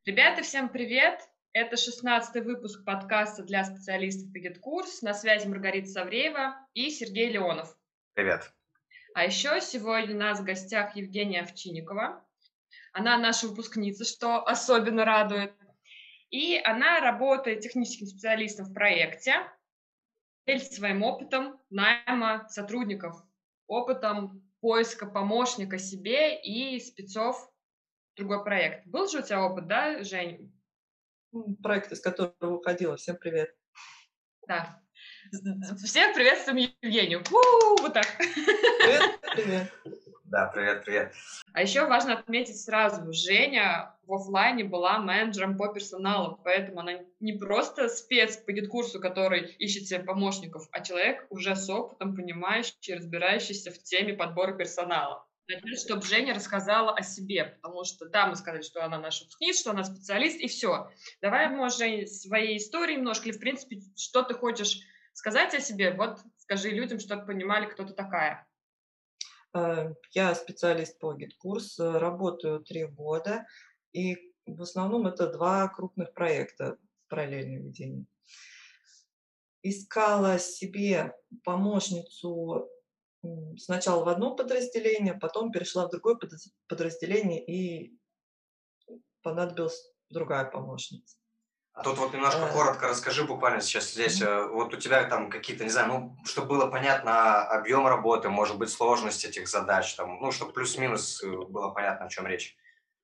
Ребята, всем привет! Это 16-й выпуск подкаста для специалистов по GitKurs. На связи Маргарита Савреева и Сергей Леонов. Привет. А еще сегодня у нас в гостях Евгения Овчинникова. Она наша выпускница, что особенно радует. И она работает техническим специалистом в проекте, делится своим опытом найма сотрудников, опытом поиска помощника себе и спецов в другой проект. Был же у тебя опыт, да, Жень? Проект, из которого уходила. Всем привет. Да. Всех приветствуем Евгению. Вот так. Привет. Да, привет. А еще важно отметить сразу, Женя в офлайне была менеджером по персоналу, поэтому она не просто спец по гид-курсу, который ищет себе помощников, а человек уже с опытом, понимающий, разбирающийся в теме подбора персонала. Хотелось, чтобы Женя рассказала о себе, потому что, да, мы сказали, что она наш выпускница, что она специалист, и все. Давай, может, Жень, своей истории немножко, или, в принципе, что ты хочешь сказать о себе, вот скажи людям, чтобы понимали, кто ты такая. Я специалист по GitKurs, работаю 3 года, и в основном это 2 крупных проекта в параллельном ведении. Искала себе помощницу сначала в одном подразделении, потом перешла в другое подразделение, и понадобилась другая помощница. А тут вот немножко коротко расскажи буквально сейчас здесь. Вот у тебя там какие-то, не знаю, чтобы было понятно объем работы, может быть, сложность этих задач, там, чтобы плюс-минус было понятно, о чем речь.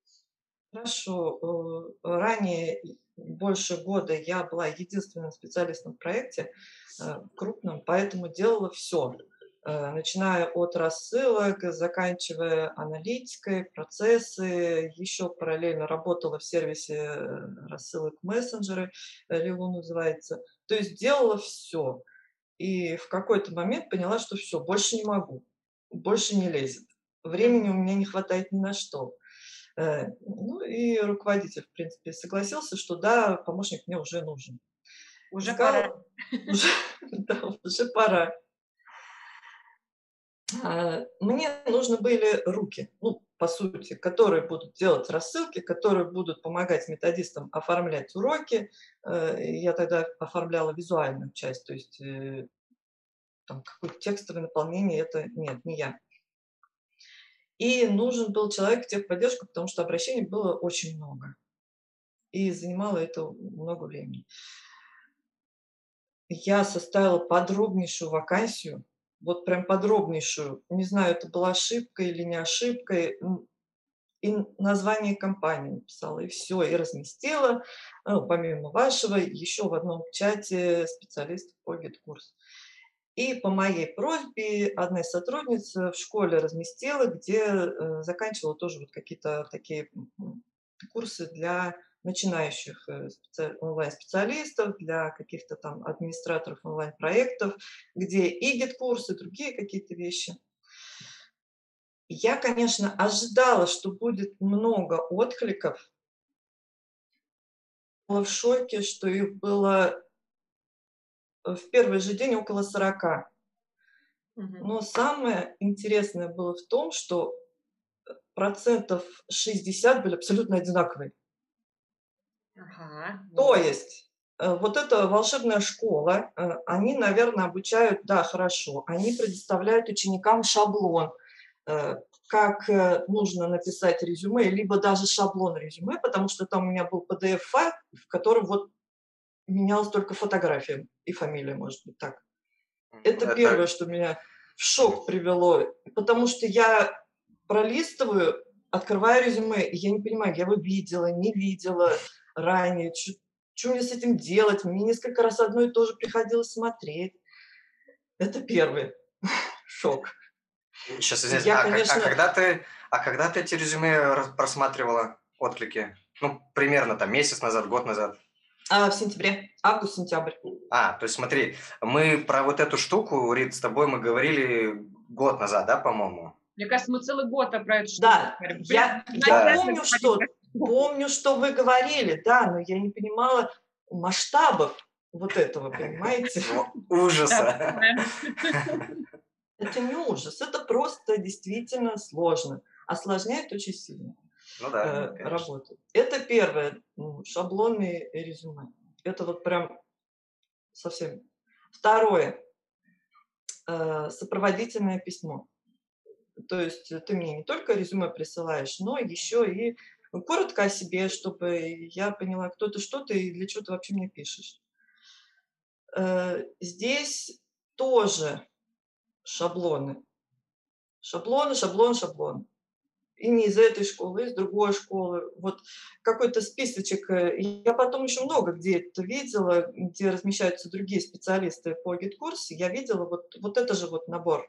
Хорошо. Ранее больше года я была единственным специалистом в проекте, крупном, поэтому делала все, начиная от рассылок, заканчивая аналитикой, процессы. Еще параллельно работала в сервисе рассылок мессенджеры, Лилу называется. То есть делала все. И в какой-то момент поняла, что все, больше не могу, больше не лезет. Времени у меня не хватает ни на что. Ну и руководитель, в принципе, согласился, что да, помощник мне уже нужен. Уже пора. Уже пора. Мне нужны были руки, по сути, которые будут делать рассылки, которые будут помогать методистам оформлять уроки. Я тогда оформляла визуальную часть, то есть там какое-то текстовое наполнение, это нет, не я. И нужен был человек в техподдержку, потому что обращений было очень много. И занимало это много времени. Я составила подробнейшую вакансию, вот прям подробнейшую. Не знаю, это была ошибка или не ошибка. И название компании написала, и все, и разместила, помимо вашего, еще в одном чате специалистов по GitKurs. И по моей просьбе одна из сотрудниц в школе разместила, где заканчивала тоже вот какие-то такие курсы для начинающих онлайн-специалистов, для каких-то там администраторов онлайн-проектов, где и гид-курсы, и другие какие-то вещи. Я, конечно, ожидала, что будет много откликов. Была в шоке, что их было в первый же день около 40. Но самое интересное было в том, что 60% были абсолютно одинаковые. Ага. То есть вот эта волшебная школа, они, наверное, обучают, да, хорошо, они предоставляют ученикам шаблон, как нужно написать резюме, либо даже шаблон резюме, потому что там у меня был PDF-файл, в котором вот менялась только фотография и фамилия, может быть, так. Это первое, что меня в шок привело, потому что я пролистываю, открываю резюме, и я не понимаю, я его видела, не видела ранее, что мне с этим делать, мне несколько раз одно и то же приходилось смотреть. Это первый шок. Сейчас, извините, когда ты эти резюме просматривала, отклики? Примерно там месяц назад, год назад? В сентябре, август-сентябрь. То есть смотри, мы про вот эту штуку, Рит, с тобой мы говорили год назад, да, по-моему? Мне кажется, мы целый год про эту штуку говорим. Я помню, что вы говорили, да, но я не понимала масштабов вот этого, понимаете? Ужаса. Это не ужас, это просто действительно сложно. Осложняет очень сильно. Ну да, конечно. работают. Это первое, шаблонные резюме. Это вот прям совсем. Второе, сопроводительное письмо. То есть ты мне не только резюме присылаешь, но еще и коротко о себе, чтобы я поняла, кто ты, что ты и для чего ты вообще мне пишешь. Здесь тоже шаблоны. Шаблон. И не из этой школы, из другой школы. Вот какой-то списочек. Я потом еще много где это видела, где размещаются другие специалисты по гид-курсе. Я видела вот это же вот набор.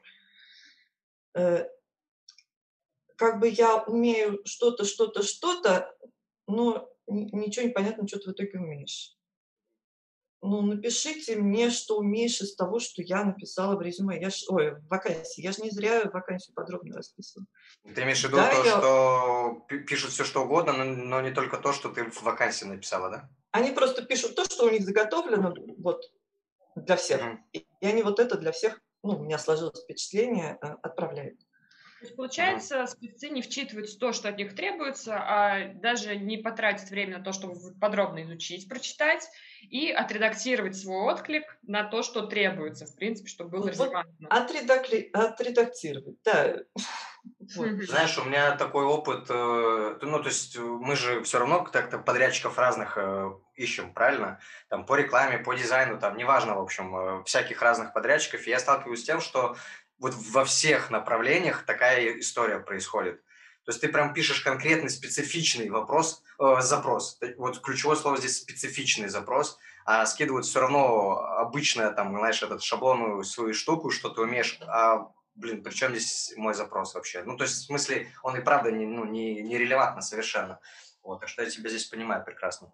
Как бы я умею что-то, но ничего не понятно, что ты в итоге умеешь. Ну, напишите мне, что умеешь из того, что я написала в резюме. В вакансии. Я же не зря вакансию подробно расписывала. Ты имеешь в виду Да, то, что пишут все что угодно, но не только то, что ты в вакансии написала, да? Они просто пишут то, что у них заготовлено вот для всех. Мгм. И они вот это для всех, у меня сложилось впечатление, отправляют. То есть, получается, спецы не вчитываются в то, что от них требуется, а даже не потратят время на то, чтобы подробно изучить, прочитать и отредактировать свой отклик на то, что требуется, в принципе, чтобы было Вот релевантно. отредактировать, да. Вот. Знаешь, у меня такой опыт, то есть мы же все равно как-то подрядчиков разных ищем, правильно? Там по рекламе, по дизайну, там неважно, в общем, всяких разных подрядчиков. И я сталкиваюсь с тем, что вот во всех направлениях такая история происходит. То есть ты прям пишешь конкретный специфичный запрос. Вот ключевое слово здесь специфичный запрос, а скидывают все равно обычное, там, знаешь, этот шаблонную свою штуку, что ты умеешь, блин, при чем здесь мой запрос вообще? Ну, то есть, в смысле, он и правда не релевантно совершенно. Вот, так что я тебя здесь понимаю прекрасно.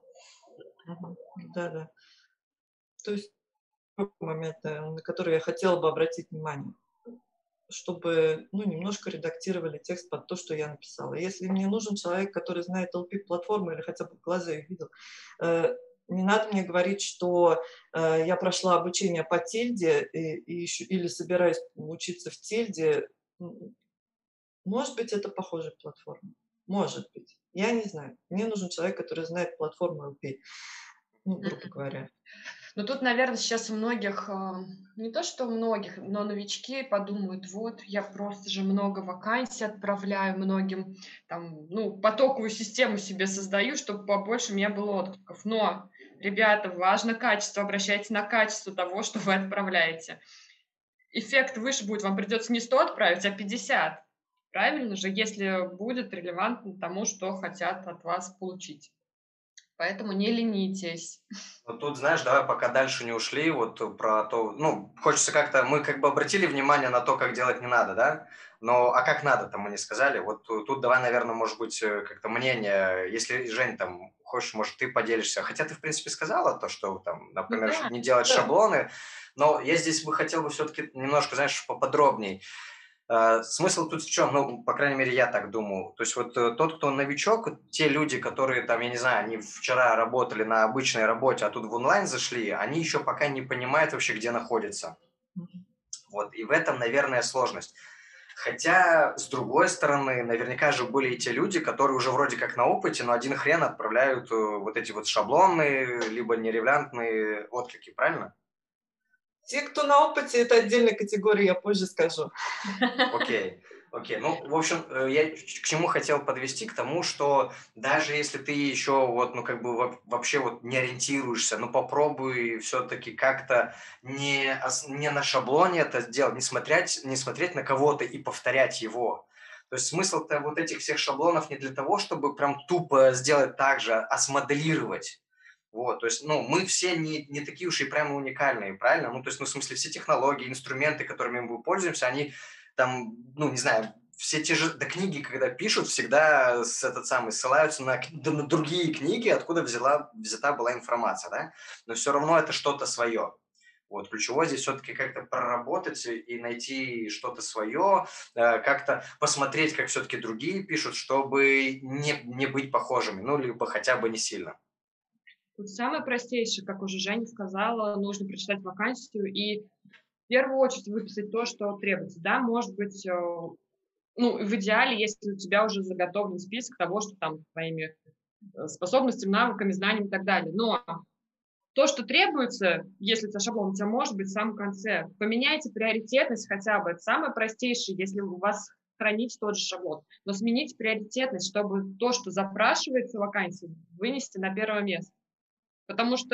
Да. То есть момент, на который я хотела бы обратить внимание, чтобы немножко редактировали текст под то, что я написала. Если мне нужен человек, который знает LP-платформу или хотя бы в глаза их видел, не надо мне говорить, что я прошла обучение по тильде или собираюсь учиться в тильде. Может быть, это похожая платформа. Может быть. Я не знаю. Мне нужен человек, который знает платформу LP, грубо говоря. Но тут, наверное, сейчас у многих, не то что у многих, но новички подумают, вот, я просто же много вакансий отправляю многим, там, потоковую систему себе создаю, чтобы побольше у меня было откликов. Но, ребята, важно качество, обращайте на качество того, что вы отправляете. Эффект выше будет, вам придется не 100 отправить, а 50. Правильно же, если будет релевантно тому, что хотят от вас получить. Поэтому не ленитесь. Вот тут, знаешь, давай пока дальше не ушли, вот про то, хочется как-то, мы как бы обратили внимание на то, как делать не надо, да? Но, а как надо, там мы не сказали. Вот тут давай, наверное, может быть, как-то мнение, если, Жень, там, хочешь, может, ты поделишься. Хотя ты, в принципе, сказала то, что, там, например, Да. не делать Да. шаблоны, но я здесь бы хотел бы все-таки немножко, знаешь, поподробней. Смысл тут в чем? По крайней мере, я так думаю. То есть вот тот, кто новичок, те люди, которые там, я не знаю, они вчера работали на обычной работе, а тут в онлайн зашли, они еще пока не понимают вообще, где находятся. Вот, и в этом, наверное, сложность. Хотя, с другой стороны, наверняка же были и те люди, которые уже вроде как на опыте, но один хрен отправляют вот эти вот шаблонные, либо нерелевантные отклики, правильно? Те, кто на опыте, это отдельная категория, я позже скажу. Окей. В общем, я к чему хотел подвести? К тому, что даже если ты еще вообще вот не ориентируешься, попробуй все-таки как-то не на шаблоне это сделать, не смотреть на кого-то и повторять его. То есть смысл-то вот этих всех шаблонов не для того, чтобы прям тупо сделать так же, а смоделировать. Вот, то есть, мы все не такие уж и прямо уникальные, правильно? В смысле, все технологии, инструменты, которыми мы пользуемся, они там, не знаю, все те же, да, книги, когда пишут, всегда ссылаются на другие книги, откуда взята была информация, да? Но все равно это что-то свое. Вот, ключевое здесь все-таки как-то проработать и найти что-то свое, как-то посмотреть, как все-таки другие пишут, чтобы не быть похожими, либо хотя бы не сильно. Тут самое простейшее, как уже Женя сказала, нужно прочитать вакансию и в первую очередь выписать то, что требуется. Да, может быть, ну, в идеале, если у тебя уже заготовлен список того, что там твоими способностями, навыками, знаниями и так далее. Но то, что требуется, если это шаблон, у тебя может быть в самом конце. Поменяйте приоритетность хотя бы. Это самое простейшее, если у вас хранить тот же шаблон. Но смените приоритетность, чтобы то, что запрашивается в вакансии, вынести на первое место. Потому что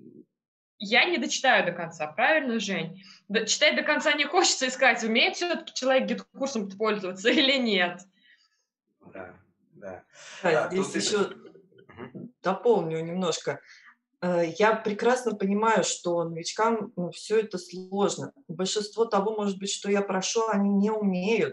я не дочитаю до конца, правильно, Жень? Читать до конца не хочется, искать, умеет все-таки человек гид-курсом пользоваться или нет. Да, да. Да, здесь еще дополню немножко. Я прекрасно понимаю, что новичкам все это сложно. Большинство того, может быть, что я прошу, они не умеют.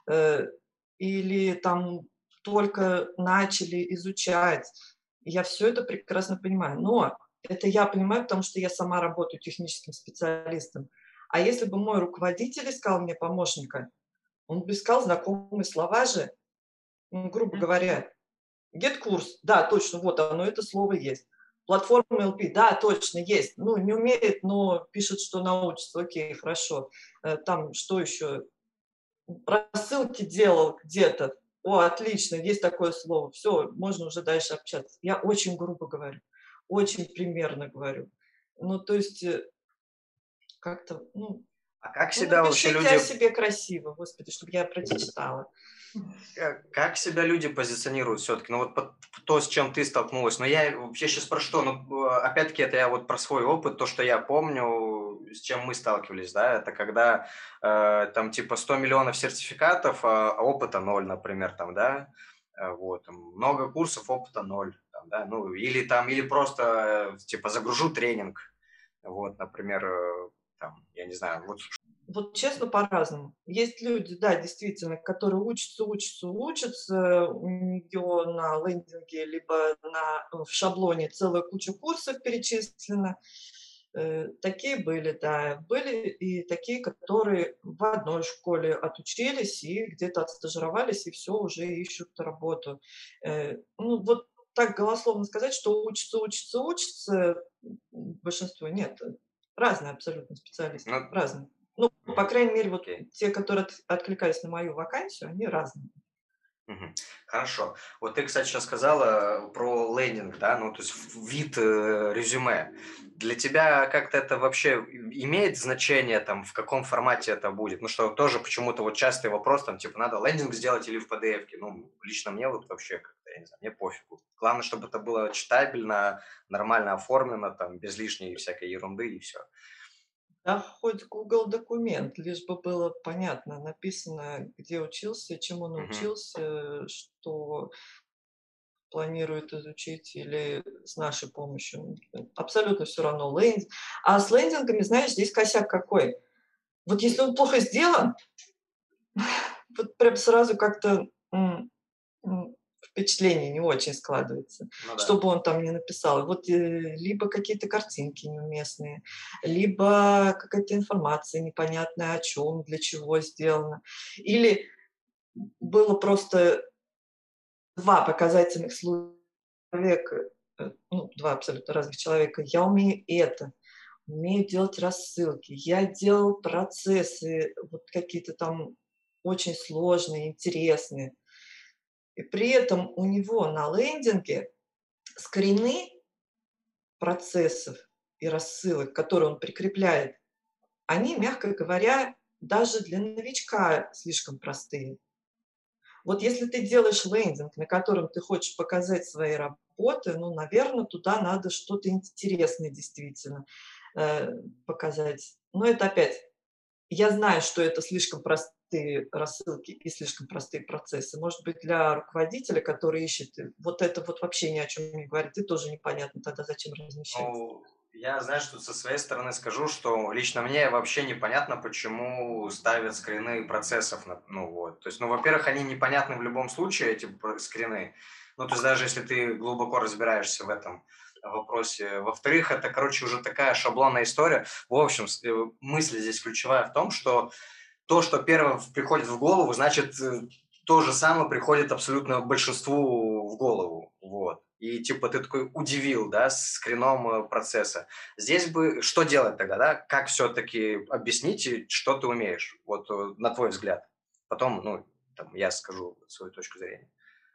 Или там только начали изучать. Я все это прекрасно понимаю. Но это я понимаю, потому что я сама работаю техническим специалистом. А если бы мой руководитель искал мне помощника, он бы искал знакомые слова же, грубо говоря. Гет-курс, да, точно, вот оно, это слово есть. Платформа LP, да, точно, есть. Ну, не умеет, но пишет, что научится. Окей, хорошо. Там что еще? Рассылки делал где-то. О, отлично, есть такое слово. Все, можно уже дальше общаться. Я очень грубо говорю, очень примерно говорю. Ну, то есть как-то, А как себя вообще напишите о люди себе красиво, господи, чтобы я прочитала. Как себя люди позиционируют все-таки? Ну вот то, с чем ты столкнулась. Но я вообще сейчас про что? Ну, опять-таки, это я вот про свой опыт, то, что я помню, с чем мы сталкивались, да, это когда там типа 100 миллионов сертификатов, а опыта ноль, например, там, да, вот, там, много курсов, опыта ноль, там, да, ну, или там, или просто, типа, загружу тренинг, вот, например, там, я не знаю, вот. Вот честно, по-разному. Есть люди, да, действительно, которые учатся. У нее на лендинге либо в шаблоне целая куча курсов перечислена. Такие были, да. Были и такие, которые в одной школе отучились и где-то отстажировались, и все, уже ищут работу. Ну, вот так голословно сказать, что учатся, большинство нет. Разные абсолютно специалисты, Ну, разные. Ну, по крайней мере, вот окей. те, которые откликались на мою вакансию, они разные. Мгм. Хорошо. Вот ты, кстати, сейчас сказала про лендинг, да, ну, то есть вид резюме. Для тебя как-то это вообще имеет значение, там, в каком формате это будет? Ну, что тоже почему-то вот частый вопрос, там, типа, надо лендинг сделать или в PDF-ке? Ну, лично мне вот вообще как-то, я не знаю, мне пофигу. Главное, чтобы это было читабельно, нормально оформлено, там, без лишней всякой ерунды и все. Да, хоть Google документ, лишь бы было понятно, написано, где учился, чему научился, что планирует изучить или с нашей помощью. Абсолютно все равно лендинг. А с лендингами, знаешь, здесь косяк какой? Вот если он плохо сделан, вот прям сразу как-то впечатление не очень складывается, Ну что да. бы он там ни написал. Вот либо какие-то картинки неуместные, либо какая-то информация непонятная о чем, для чего сделана. Или было просто два показательных человека, ну, два абсолютно разных человека. Я умею это, умею делать рассылки, я делал процессы вот какие-то там очень сложные, интересные. И при этом у него на лендинге скрины процессов и рассылок, которые он прикрепляет, они, мягко говоря, даже для новичка слишком простые. Вот если ты делаешь лендинг, на котором ты хочешь показать свои работы, ну, наверное, туда надо что-то интересное действительно показать. Но это опять, я знаю, что это слишком простые рассылки и слишком простые процессы. Может быть, для руководителя, который ищет, вот это вот вообще ни о чем не говорит, и тоже непонятно тогда, зачем размещать. Ну, я, знаешь, тут со своей стороны скажу, что лично мне вообще непонятно, почему ставят скрины процессов. Ну вот. То есть, ну, во-первых, они непонятны в любом случае, эти скрины. Ну, то есть, даже если ты глубоко разбираешься в этом вопросе. Во-вторых, это, короче, уже такая шаблонная история. В общем, мысль здесь ключевая в том, что то, что первым приходит в голову, значит, то же самое приходит абсолютно большинству в голову. Вот. И типа ты такой удивил, да, с скрином процесса. Здесь бы что делать тогда, да? Как все-таки объяснить, что ты умеешь, вот на твой взгляд? Потом, ну, там, я скажу свою точку зрения.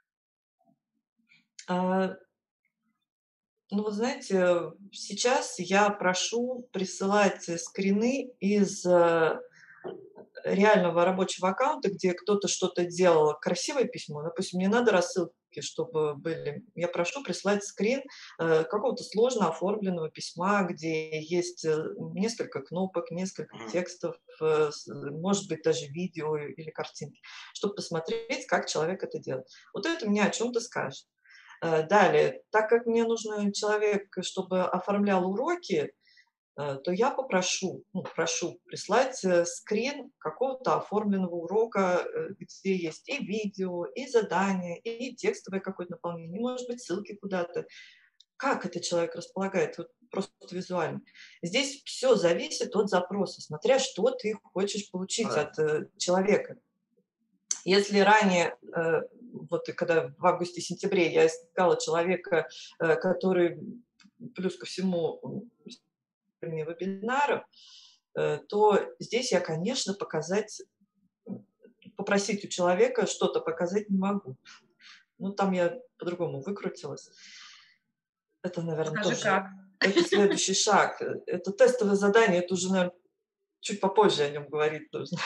А, Ну, вот знаете, сейчас я прошу присылать скрины из реального рабочего аккаунта, где кто-то что-то делал, красивое письмо. Допустим, мне надо рассылки, чтобы были. Я прошу прислать скрин какого-то сложно оформленного письма, где есть несколько кнопок, несколько Мгм. текстов, может быть, даже видео или картинки, чтобы посмотреть, как человек это делает. Вот это мне о чем-то скажет. Далее, так как мне нужен человек, чтобы оформлял уроки, то я прошу прислать скрин какого-то оформленного урока, где есть и видео, и задания, и текстовое какое-то наполнение, может быть, ссылки куда-то. Как этот человек располагает, вот просто визуально. Здесь все зависит от запроса, смотря что ты хочешь Ну получить да. от человека. Если ранее, вот и когда в августе-сентябре я искала человека, который плюс ко всему вебинаров, то здесь я, конечно, попросить у человека что-то показать не могу. Ну, там я по-другому выкрутилась. Это, наверное, Скажи, тоже как? это следующий шаг. Это тестовое задание, это уже, наверное, чуть попозже о нем говорить нужно.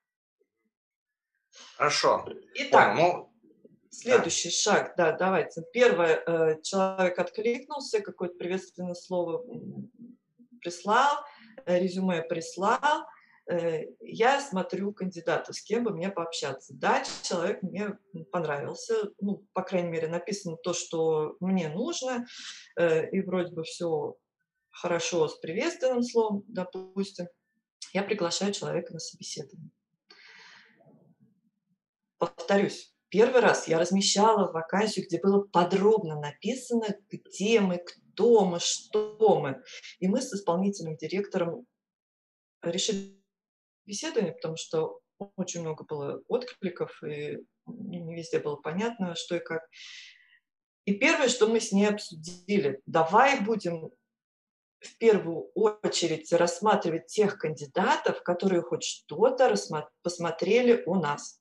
Хорошо, понял. Итак, Ну, да. следующий шаг, да, давайте. Первое, человек откликнулся, какое-то приветственное слово прислал, резюме прислал. Я смотрю кандидата, с кем бы мне пообщаться. Да, человек мне понравился, ну, по крайней мере, написано то, что мне нужно, и вроде бы все хорошо с приветственным словом, допустим. Я приглашаю человека на собеседование. Повторюсь, первый раз я размещала вакансию, где было подробно написано, где мы, кто мы, что мы. И мы с исполнительным директором решили беседование, потому что очень много было откликов, и не везде было понятно, что и как. И первое, что мы с ней обсудили, давай будем в первую очередь рассматривать тех кандидатов, которые хоть что-то посмотрели у нас.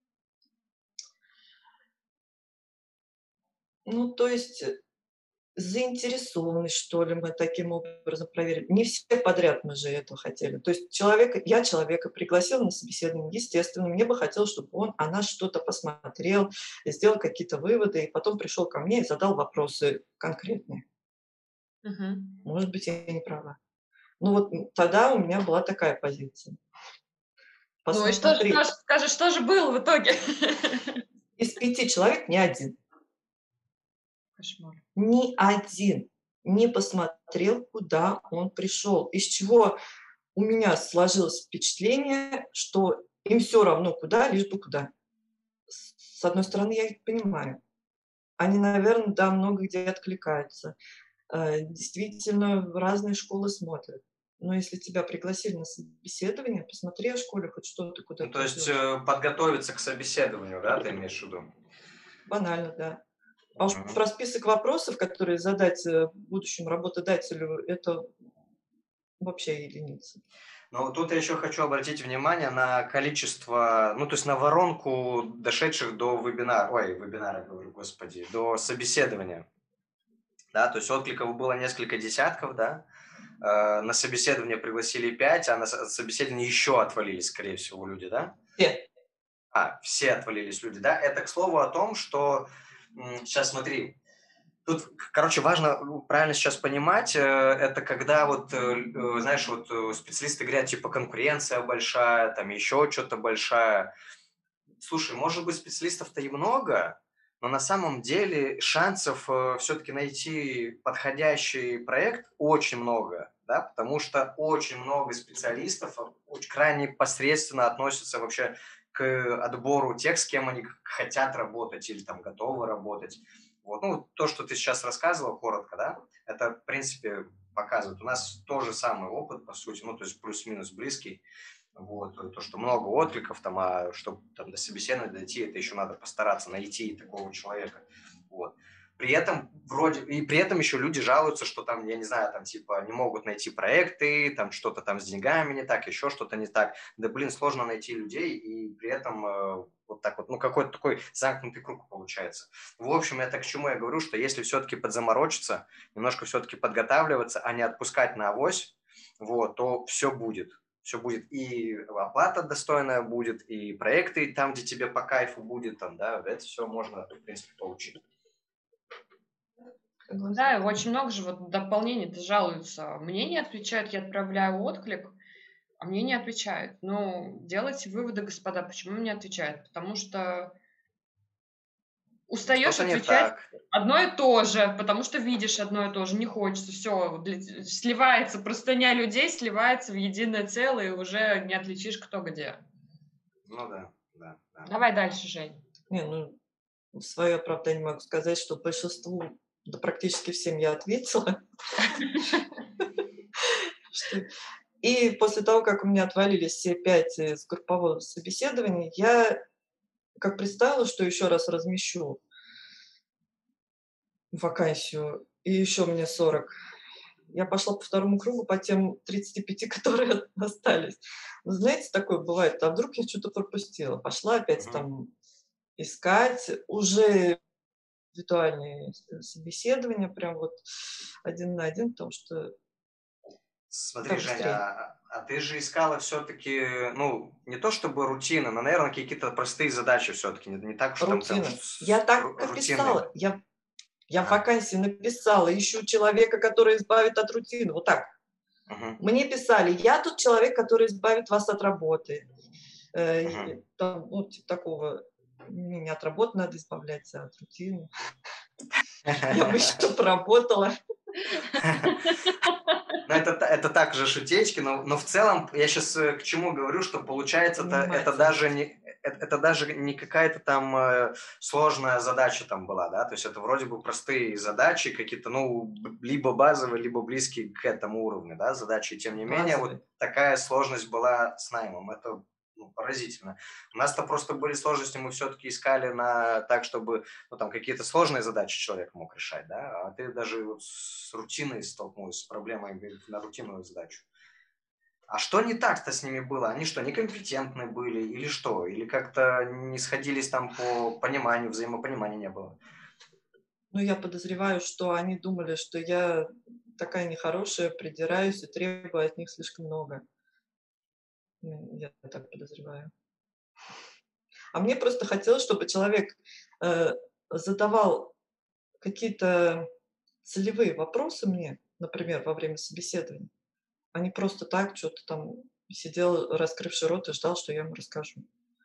Ну, то есть заинтересованность, что ли, мы таким образом проверили. Не все подряд мы же этого хотели. То есть я человека пригласила на собеседование, естественно, мне бы хотелось, чтобы она что-то посмотрел, сделал какие-то выводы, и потом пришел ко мне и задал вопросы конкретные. Мгм. Может быть, я не права. Ну вот тогда у меня была такая позиция. Ну и что же, Посмотри, скажи, что же было в итоге? из 5 человек ни один, Кошмар. ни один не посмотрел, куда он пришел. Из чего у меня сложилось впечатление, что им все равно куда, лишь бы куда. С одной стороны, я их понимаю. Они, наверное, да, много где откликаются. Действительно, в разные школы смотрят. Но если тебя пригласили на собеседование, посмотри о школе хоть что-то, куда Ну, то ты есть идешь. подготовиться к собеседованию, да, ты имеешь в виду? Банально, да. А уж Мгм. про список вопросов, которые задать будущему работодателю, это вообще единицы. Ну, тут я еще хочу обратить внимание на количество, ну, то есть на воронку дошедших до вебинара, ой, вебинара, говорю, господи, до собеседования, да, то есть откликов было несколько десятков, да, на собеседование пригласили 5, а на собеседование еще отвалились, скорее всего, люди, да? Все. Все отвалились люди, да? Это, к слову, о том, что, сейчас смотри, тут, короче, важно правильно сейчас понимать, это когда вот, знаешь, вот специалисты говорят, типа, конкуренция большая, там еще что-то большая. Слушай, может быть, специалистов-то и много, но на самом деле шансов все-таки найти подходящий проект очень много, да, потому что очень много специалистов очень крайне посредственно относятся вообще к отбору тех, с кем они хотят работать или там готовы работать. Вот. Ну, то, что ты сейчас рассказывал, коротко, да, это, в принципе, показывает. У нас тоже самый опыт, по сути, ну, то есть плюс-минус близкий. Вот, то, что много откликов, там, а чтобы там до собеседования дойти, это еще надо постараться найти такого человека. Вот. при этом еще люди жалуются, что там, я не знаю, там типа не могут найти проекты, там что-то там с деньгами не так, еще что-то не так. Да блин, сложно найти людей, и при этом вот так вот, ну какой-то такой замкнутый круг получается. В общем, это к чему я говорю, что если все-таки подзаморочиться, немножко все-таки подготавливаться, а не отпускать на авось, вот, то все будет. Все будет, и оплата достойная будет, и проекты там, где тебе по кайфу будет, там, да, это все можно, в принципе, получить. Да, и очень много же вот дополнений-то жалуются. Мне не отвечают, я отправляю отклик, а мне не отвечают. Ну, делайте выводы, господа, почему мне отвечают? Потому что устаешь Что-то не отвечать так. одно и то же, потому что видишь одно и то же, не хочется, все, сливается простыня людей, сливается в единое целое, и уже не отличишь, кто где. Ну да, да, да. Давай дальше, Жень. Не, ну, в свое оправдание могу сказать, что большинству, да практически всем я ответила. И после того, как у меня отвалились все 5 с группового собеседования, я как представила, что еще раз размещу вакансию, и еще мне 40. Я пошла по второму кругу по тем 35, которые остались. Но знаете, такое бывает, а вдруг я что-то пропустила? Пошла опять там искать, уже индивидуальные собеседования, прям вот 1 на 1, потому что Смотри, так быстрее. Женя, а ты же искала все-таки, ну, не то чтобы рутины, но, наверное, какие-то простые задачи все-таки, не так уж там прям Рутина. Я так рутинные. описала. Я в Ага. вакансии написала, ищу человека, который избавит от рутины. Вот так. Мгм. Мне писали, я тут человек, который избавит вас от работы. Мгм. Там, ну, типа такого, не от работы надо избавляться, а от рутины. Я бы еще поработала. Ну, это так же шутечки, но в целом я сейчас к чему говорю, что получается это даже Внимательность. не это даже не какая-то там сложная задача там была, да, то есть это вроде бы простые задачи какие-то, ну, либо базовые, либо близкие к этому уровню, да, задачи, и тем не менее вот Базовый. такая сложность была с наймом, это ну, поразительно. У нас-то просто были сложности, мы все-таки искали на так, чтобы ну, там какие-то сложные задачи человек мог решать, да, а ты даже вот с рутиной столкнулась, с проблемой на рутинную задачу. А что не так-то с ними было? Они что, некомпетентны были или что? Или как-то не сходились там по пониманию, взаимопонимания не было? Ну, я подозреваю, что они думали, что я такая нехорошая, придираюсь и требую от них слишком много. Я так подозреваю. А мне просто хотелось, чтобы человек задавал какие-то целевые вопросы мне, например, во время собеседования, а не просто так что-то там сидел, раскрывший рот, и ждал, что я ему расскажу.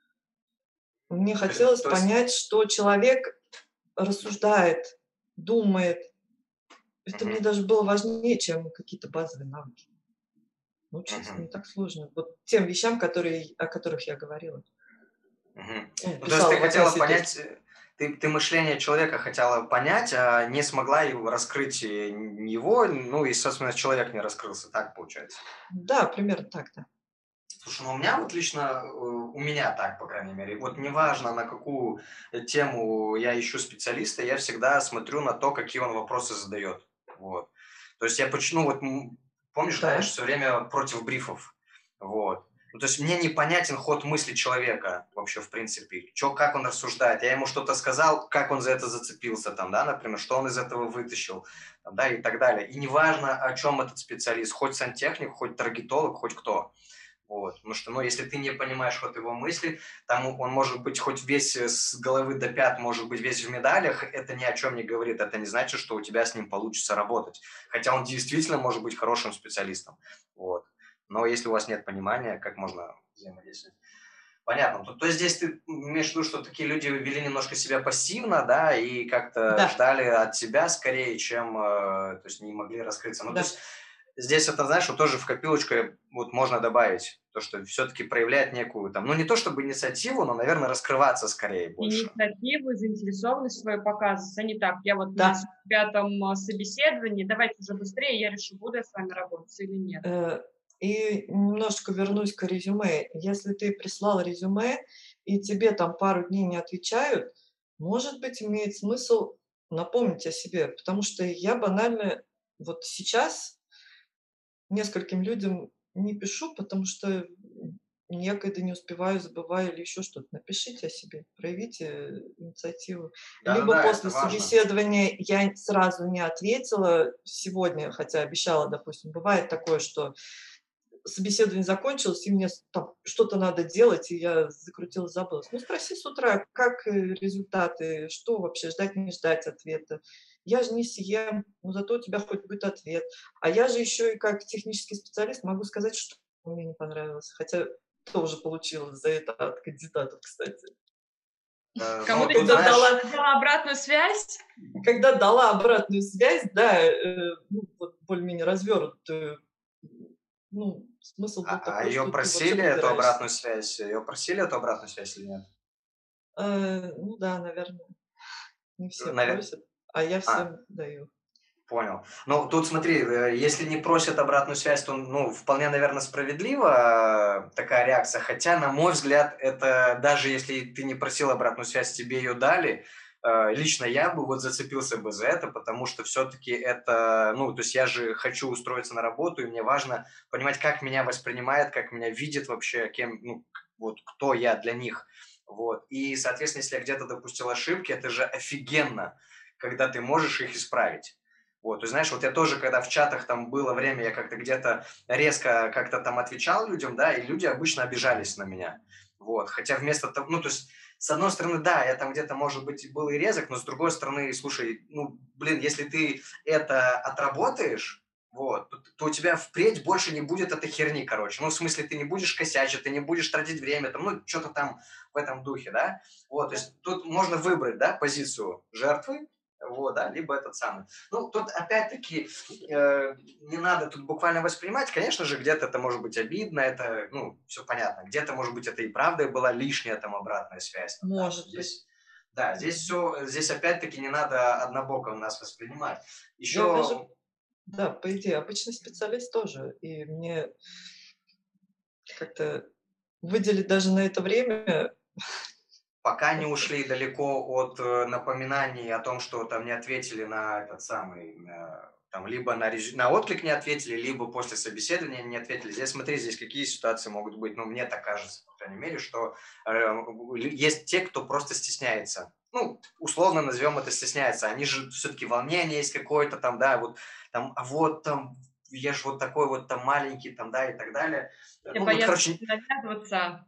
Мне хотелось То есть, понять, что человек рассуждает, думает. Это мне мгм, даже было важнее, чем какие-то базовые навыки. Научиться мгм, не так сложно. Вот тем вещам, о которых я говорила. мгм. Ну, Ну, то есть писала ты в хотела вакансии, то есть понять, ты мышление человека хотела понять, а не смогла его раскрыть его, ну и, собственно, человек не раскрылся, так получается? да, примерно так, да. Слушай, ну у меня вот лично, у меня так, по крайней мере, вот неважно, на какую тему я ищу специалиста, я всегда смотрю на то, какие он вопросы задает. Вот. То есть я почему, вот помнишь, да, я же Да, все время против брифов. Вот. Ну, то есть мне непонятен ход мысли человека вообще, в принципе. Чё, как он рассуждает. Я ему что-то сказал, как он за это зацепился, там, да, например, что он из этого вытащил, там, да, и так далее. И неважно, о чем этот специалист, хоть сантехник, хоть таргетолог, хоть кто. Вот. Потому что, ну, если ты не понимаешь ход его мысли, там он может быть хоть весь с головы до пят, может быть весь в медалях, это ни о чем не говорит. Это не значит, что у тебя с ним получится работать. Хотя он действительно может быть хорошим специалистом. Вот. Но если у вас нет понимания, как можно взаимодействовать? Понятно. То есть здесь ты имеешь в виду, что такие люди вели немножко себя пассивно, да, и как-то да, ждали от тебя скорее, чем, то есть не могли раскрыться. Ну, то да. есть здесь это, знаешь, вот тоже в копилочку вот можно добавить то, что все-таки проявлять некую там, ну не то чтобы инициативу, но, наверное, раскрываться скорее больше. Инициативу, заинтересованность свою показывать, а не так. Я вот на Да. 5-м собеседовании, давайте уже быстрее, я решу, буду я с вами работать или нет. Э, И немножко вернусь к резюме. Если ты прислал резюме, и тебе там пару дней не отвечают, может быть, имеет смысл напомнить о себе, потому что я банально вот сейчас нескольким людям не пишу, потому что некогда, не успеваю, забываю или еще что-то. Напишите о себе, проявите инициативу. Либо Да-да-да, это после важно. собеседования я сразу не ответила сегодня, хотя обещала, допустим, бывает такое, что собеседование закончилось, и мне там что-то надо делать, и я закрутилась, забылась. Ну, спроси с утра, как результаты, что вообще, ждать, не ждать ответа. Я же не съем, но зато у тебя хоть будет ответ. А я же еще и как технический специалист могу сказать, что мне не понравилось. Хотя тоже получилось за это от кандидатов, кстати. Кому Ну, ты тут, Когда знаешь, дала обратную связь? когда дала обратную связь, да, ну, вот более-менее развернутую, ну, смысл был а такой, ее что ты вообще просили эту подбираешься. обратную связь? Ее просили эту обратную связь или нет? Ну да, наверное, не все Навер- просят, а я А, всем даю. понял. Ну, тут смотри, если не просят обратную связь, то, ну, вполне, наверное, справедлива такая реакция. Хотя, на мой взгляд, это даже если ты не просил обратную связь, тебе ее дали, лично я бы вот зацепился бы за это, потому что все-таки это, ну, то есть я же хочу устроиться на работу, и мне важно понимать, как меня воспринимает, как меня видит вообще, кем, ну, вот кто я для них. Вот. И, соответственно, если я где-то допустил ошибки, это же офигенно, когда ты можешь их исправить. Вот, ты знаешь, вот я тоже, когда в чатах там было время, я как-то где-то резко как-то там отвечал людям, да, и люди обычно обижались на меня. Вот, хотя вместо того, ну, то есть, с одной стороны, да, я там где-то, может быть, был и резок, но с другой стороны, слушай, ну, блин, если ты это отработаешь, вот, то у тебя впредь больше не будет этой херни, короче. Ну, в смысле, ты не будешь косячить, ты не будешь тратить время, там, ну, что-то там в этом духе, да. Вот, то есть тут можно выбрать, да, позицию жертвы, вот, да, либо этот самый. Ну, тут опять-таки не надо тут буквально воспринимать. Конечно же, где-то это может быть обидно, это, ну, все понятно. Где-то, может быть, это и правда была лишняя там обратная связь. Там, да. Может быть. Здесь, да, здесь все, здесь опять-таки не надо однобоко нас воспринимать. Я даже, Еще да, по идее, обычный специалист тоже, и мне как-то выделить даже на это время. пока не ушли далеко от напоминаний о том, что там не ответили на этот самый, там, либо на отклик не ответили, либо после собеседования не ответили. Здесь смотри, здесь какие ситуации могут быть, ну, мне так кажется, по крайней мере, что есть те, кто просто стесняется. Ну, условно назовем это стесняется. Они же все-таки волнение есть какое-то там, да, вот там, а вот там, я же вот такой вот там маленький, там, да, и так далее. Все Ну, вот, боятся короче, навязываться.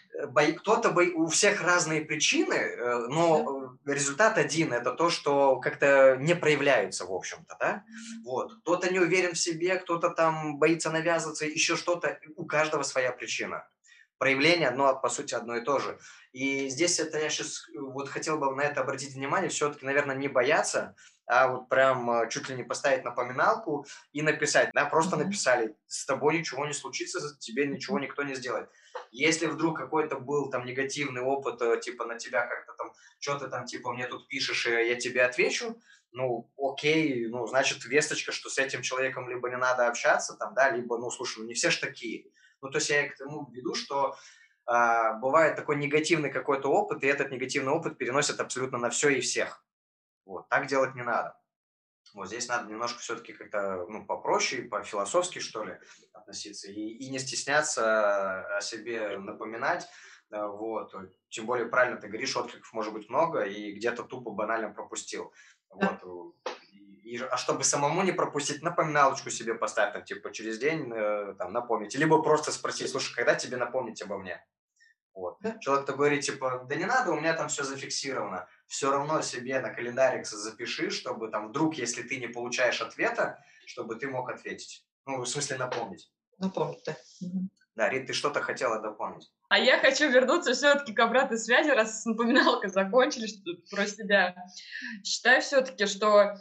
у всех разные причины, Да. но результат один. Это то, что как-то не проявляются, в общем-то, да. Вот. Кто-то не уверен в себе, кто-то там боится навязываться, еще что-то. У каждого своя причина. Проявление одно, по сути, одно и то же. И здесь это я сейчас вот хотел бы на это обратить внимание, все-таки, наверное, не бояться, а вот прям чуть ли не поставить напоминалку и написать, да, просто Мгм. написали, с тобой ничего не случится, тебе ничего Мгм. никто не сделает. Если вдруг какой-то был там негативный опыт, типа на тебя как-то там, что ты там типа мне тут пишешь, и я тебе отвечу, ну, окей, ну, значит, весточка, что с этим человеком либо не надо общаться, там, да, либо, ну, слушай, ну, не все ж такие. Ну, то есть я к тому веду, что бывает такой негативный какой-то опыт, и этот негативный опыт переносят абсолютно на все и всех. Вот, так делать не надо. Вот здесь надо немножко все-таки как-то ну, попроще, по-философски, что ли, относиться. И не стесняться о себе напоминать. Вот. Тем более, правильно ты говоришь, откликов может быть много, и где-то тупо банально пропустил. Да. Вот. А чтобы самому не пропустить, напоминалочку себе поставь, там, типа, через день там, напомнить. Либо просто спросить, слушай, когда тебе напомнить обо мне? Вот. Да. Человек-то говорит, типа, да не надо, у меня там все зафиксировано. Все равно себе на календарик запиши, чтобы там вдруг, если ты не получаешь ответа, чтобы ты мог ответить. Ну, в смысле напомнить. Напомнить, да. Мгм. Да, Рит, ты что-то хотела дополнить? А я хочу вернуться все-таки к обратной связи, раз с напоминалкой закончили что про себя. Считаю все-таки, что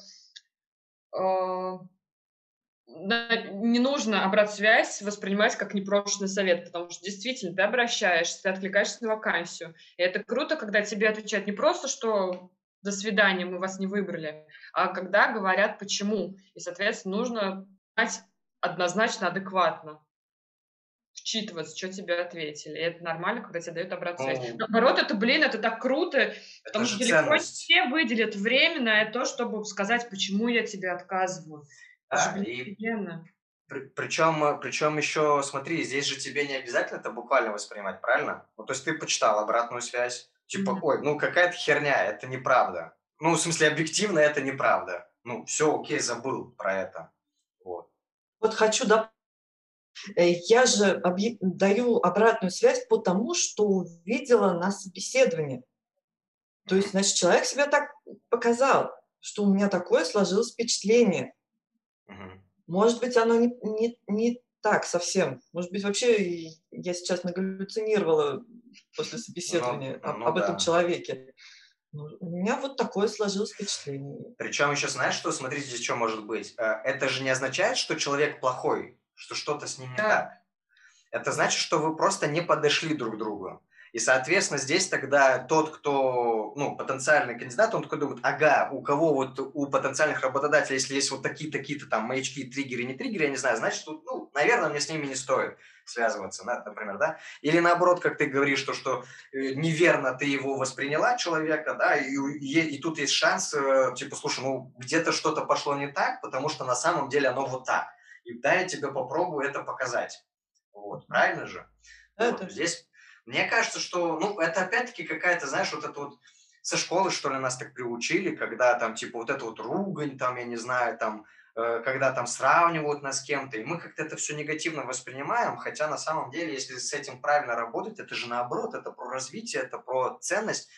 не нужно обратную связь воспринимать как непрошенный совет, потому что действительно ты обращаешься, ты откликаешься на вакансию. И это круто, когда тебе отвечают не просто, что «до свидания, мы вас не выбрали», а когда говорят «почему». И, соответственно, нужно знать однозначно, адекватно. вчитываться, что тебе ответили. И это нормально, когда тебе дают обратную связь. Ну, Наоборот, это так круто, это потому что же далеко не ценность. все выделят время на то, чтобы сказать, почему я тебе отказываю. Это же, Да, и офигенно. причем еще, смотри, здесь же тебе не обязательно это буквально воспринимать, правильно? Ну, то есть ты почитал обратную связь, типа, Мгм. ой, ну какая-то херня, это неправда. Ну, в смысле, объективно это неправда. Ну, все, окей, забыл про это. Вот. Вот хочу я же даю обратную связь потому, что увидела на собеседовании. То есть, Мгм. значит, человек себя так показал, что у меня такое сложилось впечатление. Мгм. Может быть, оно не так совсем. Может быть, вообще я сейчас нагаллюцинировала после собеседования Ну об этом да. человеке. Ну, у меня вот такое сложилось впечатление. Причем еще знаешь, что, смотрите, здесь что может быть? Это же не означает, что человек плохой, что что-то с ним не так. Да. Это значит, что вы просто не подошли друг к другу. И, соответственно, здесь тогда тот, кто, ну, потенциальный кандидат, он такой думает, ага, у кого вот, у потенциальных работодателей, если есть вот такие-то там маячки, триггеры, не триггеры, я не знаю, значит, тут, ну, наверное, мне с ними не стоит связываться, например, да? Или наоборот, как ты говоришь, что неверно ты его восприняла, человека, да, и тут есть шанс, типа, слушай, ну, где-то что-то пошло не так, потому что на самом деле оно вот так. И дай я тебе попробую это показать. Вот, Мгм. правильно же? Вот, Это здесь мне кажется, что, ну, это опять-таки какая-то, знаешь, вот это вот со школы, что ли, нас так приучили, когда там, типа, вот это вот ругань, там, я не знаю, там, когда там сравнивают нас с кем-то, и мы как-то это все негативно воспринимаем, хотя на самом деле, если с этим правильно работать, это же наоборот, это про развитие, это про ценность,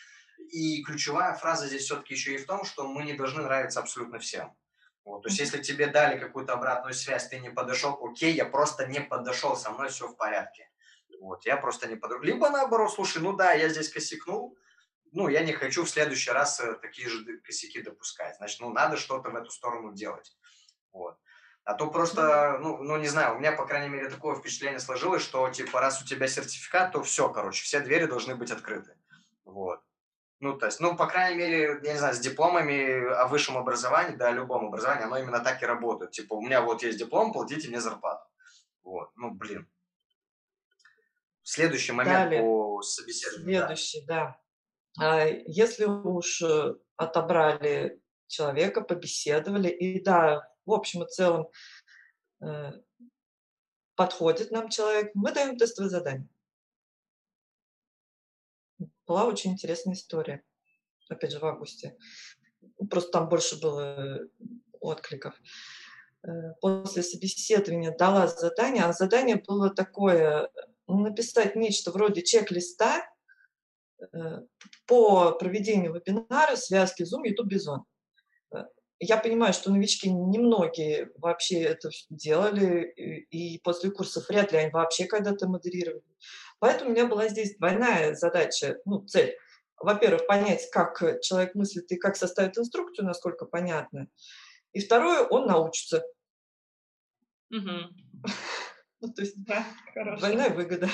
и ключевая фраза здесь все-таки еще и в том, что мы не должны нравиться абсолютно всем. Вот, то есть, Мгм. если тебе дали какую-то обратную связь, ты не подошел, окей, я просто не подошел, со мной все в порядке. Вот, я просто не подошел. Либо наоборот, слушай, ну да, я здесь косякнул, ну, я не хочу в следующий раз такие же косяки допускать. Значит, ну, надо что-то в эту сторону делать. Вот. А то Ну да. просто, ну, не знаю, у меня, по крайней мере, такое впечатление сложилось, что, типа, раз у тебя сертификат, то все, короче, все двери должны быть открыты. Вот. Ну, то есть, ну, по крайней мере, я не знаю, с дипломами о высшем образовании, да, о любом образовании, оно именно так и работает. Типа, у меня вот есть диплом, платите мне зарплату. Вот, ну, блин. Следующий момент Далее, по собеседованию, да. следующий, да. Если уж отобрали человека, побеседовали, и да, в общем и целом э, подходит нам человек, мы даем тестовое задание. Была очень интересная история, опять же, в августе. Просто там больше было откликов. После собеседования дала задание, а задание было такое, написать нечто вроде чек-листа э, по проведению вебинара связки Zoom, YouTube, Bison. Э, Я понимаю, что новички немногие вообще это делали, и после курсов вряд ли они вообще когда-то модерировали. Поэтому у меня была здесь двойная задача, ну, цель. Во-первых, понять, как человек мыслит и как составить инструкцию, насколько понятно. И второе, он научится. Мгм. Ну, то есть Да, хорошо. двойная выгода.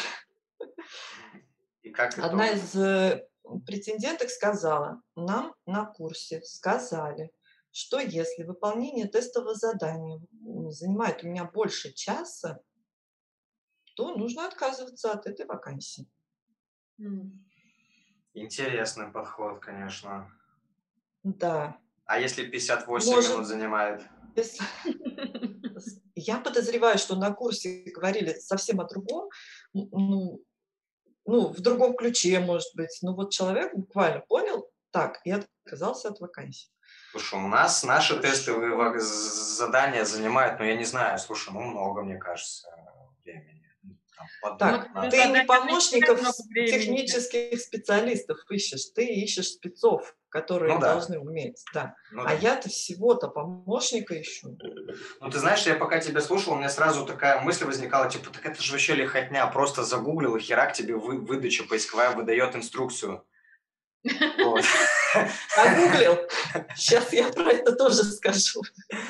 И как Одна итог? из претенденток сказала, нам на курсе сказали, что если выполнение тестового задания занимает у меня больше часа, то нужно отказываться от этой вакансии. М. Интересный подход, конечно. Да, А если 58 может, минут занимает? если- я подозреваю, что на курсе говорили совсем о другом, ну, в другом ключе, может быть. Но вот человек буквально понял так и отказался от вакансии. Слушай, у нас наши Хорошо. тестовые задания занимают, ну, я не знаю, слушай, ну, много, мне кажется, времени. Ну, там, под Ну, Так, год когда надо. ты не задание отвечает помощников, много времени. технических специалистов ищешь, ты ищешь спецов, Ну которые да, должны уметь, да. ну А да. я-то всего-то помощника ищу. Ну, ты знаешь, я пока тебя слушал, у меня сразу такая мысль возникала, типа, так это же вообще лихотня, просто загуглил, и херак тебе выдача поисковая выдает инструкцию. Вот. Погуглил. Сейчас я про это тоже скажу.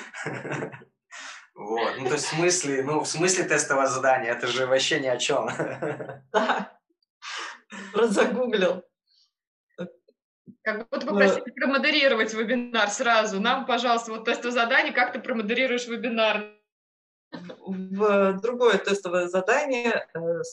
Вот. Ну, то есть в смысле тестовое задание, это же вообще ни о чем. Да, загуглил. Как будто Э, попросили промодерировать вебинар сразу. Нам, пожалуйста, вот тестовое задание, как ты промодерируешь вебинар. в другое тестовое задание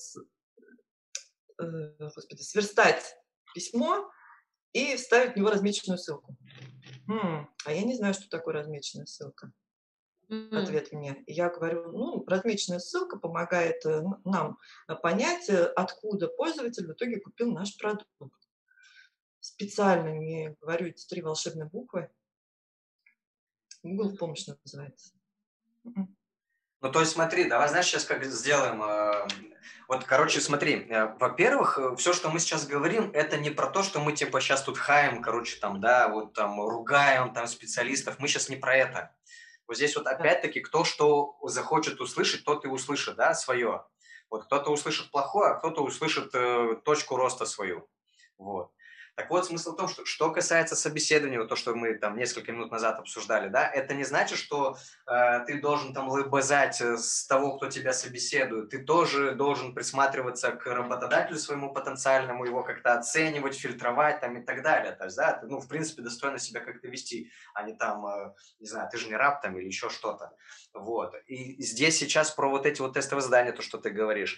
сверстать письмо и вставить в него размеченную ссылку. А я не знаю, что такое размеченная ссылка. Ответ мне. Я говорю, размеченная ссылка помогает нам понять, откуда пользователь в итоге купил наш продукт. Специально не говорю эти 3 волшебные буквы. Google в помощь называется. Ну, то есть смотри, давай, знаешь, сейчас как сделаем. Вот, короче, смотри, во-первых, все, что мы сейчас говорим, это не про то, что мы, типа, сейчас тут хаем, короче, там, да, вот там ругаем там специалистов. Мы сейчас не про это. Вот здесь вот опять-таки кто что захочет услышать, тот и услышит, да, свое. Вот кто-то услышит плохое, а кто-то услышит точку роста свою. Вот. Так вот, смысл в том, что касается собеседования, вот то, что мы там несколько минут назад обсуждали, да, это не значит, что ты должен там лыбазать с того, кто тебя собеседует. Ты тоже должен присматриваться к работодателю своему потенциальному, его как-то оценивать, фильтровать там и так далее. То есть, да, ты, в принципе, достойно себя как-то вести, а не там, не знаю, ты же не раб там или еще что-то. Вот. И здесь сейчас про вот эти вот тестовые задания, то, что ты говоришь.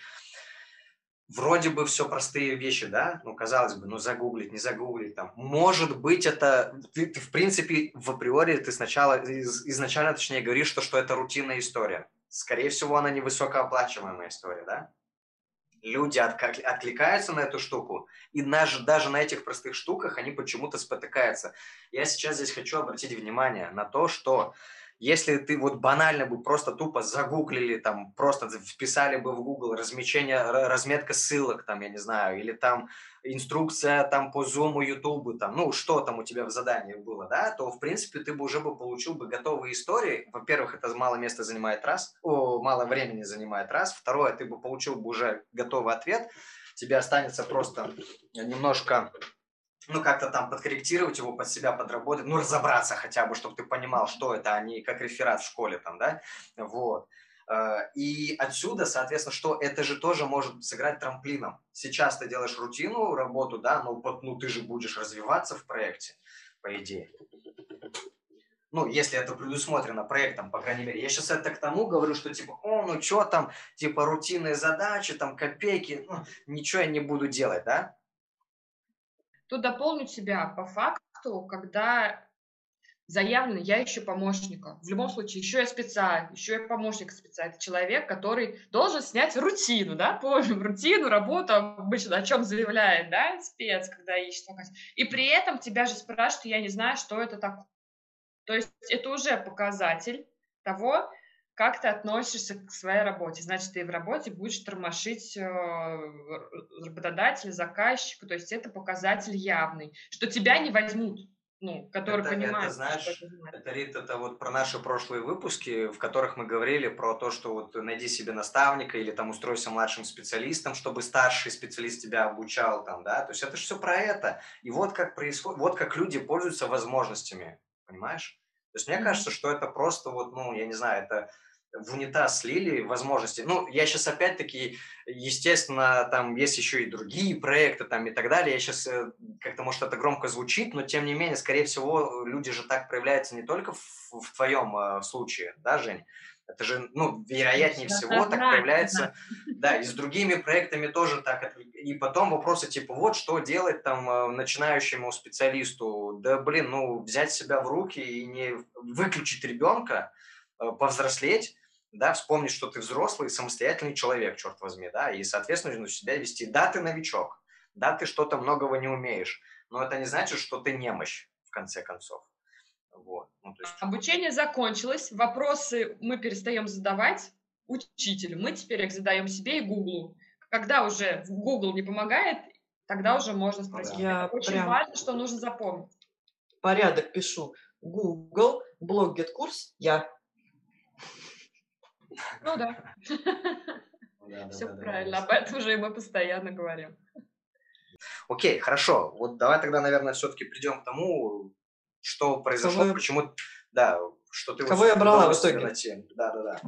Вроде бы все простые вещи, да? Казалось бы, загуглить, не загуглить там. Может быть, это... Ты в принципе, в априори, ты сначала, изначально, точнее, говоришь, что это рутинная история. Скорее всего, она невысокооплачиваемая история, да? Люди откликаются на эту штуку, и даже на этих простых штуках они почему-то спотыкаются. Я сейчас здесь хочу обратить внимание на то, что если ты вот банально бы просто тупо загуглили, там, просто вписали бы в Google разметка ссылок, там, я не знаю, или там инструкция там по Zoom, YouTube, там, что там у тебя в задании было, да, то, в принципе, ты бы уже получил бы готовые истории. Во-первых, это мало места занимает мало времени занимает раз. Второе, ты бы получил бы уже готовый ответ. Тебе останется просто немножко... как-то там подкорректировать его под себя, подработать, разобраться хотя бы, чтобы ты понимал, что это, а не как реферат в школе там, да, вот. И отсюда, соответственно, что это же тоже может сыграть трамплином. Сейчас ты делаешь рутину, работу, да, ты же будешь развиваться в проекте, по идее. Если это предусмотрено проектом, по крайней мере. Я сейчас это к тому говорю, что типа, что там, типа рутинные задачи, там копейки, ничего я не буду делать, да? Тут дополню тебя по факту, когда заявлено, я ищу помощника. В любом случае, еще я помощник специальный. Человек, который должен снять рутину, да, помним, рутину, работу, обычно о чем заявляет, да, спец, когда ищет вакансию. И при этом тебя же спрашивают, я не знаю, что это такое. То есть это уже показатель того, как ты относишься к своей работе. Значит, ты в работе будешь тормошить работодателя, заказчика. То есть это показатель явный, что тебя не возьмут, который понимает, знаешь, что это значит. Рит, это вот про наши прошлые выпуски, в которых мы говорили про то, что вот найди себе наставника или там устройся младшим специалистом, чтобы старший специалист тебя обучал там, да, то есть это же все про это. И вот как происходит, вот как люди пользуются возможностями, понимаешь? То есть мне кажется, что это просто вот, я не знаю, это в унитаз слили возможности. Я сейчас опять-таки, естественно, там есть еще и другие проекты там и так далее. Я сейчас, как-то, может, это громко звучит, но тем не менее, скорее всего, люди же так проявляются не только в твоем случае, да, Жень? Это же, вероятнее всего, так проявляется, да, и с другими проектами тоже так. И потом вопросы типа, вот что делать там начинающему специалисту? Да, блин, взять себя в руки и не выключить ребенка, повзрослеть, да, вспомнить, что ты взрослый, самостоятельный человек, черт возьми, да, и, соответственно, себя вести. Да, ты новичок, да, ты что-то многого не умеешь, но это не значит, что ты немощь, в конце концов. Вот. То есть... Обучение закончилось, вопросы мы перестаем задавать учителю, мы теперь их задаем себе и Гуглу. Когда уже Google не помогает, тогда уже можно спросить. Я очень важно, что нужно запомнить. Порядок пишу. Google, блог GetCourse, я. Да. Все правильно, об этом же и мы постоянно говорим. Окей, хорошо. Вот давай тогда, наверное, все-таки придем к тому, что произошло, почему, да, что ты... Кого я брала в итоге? Да.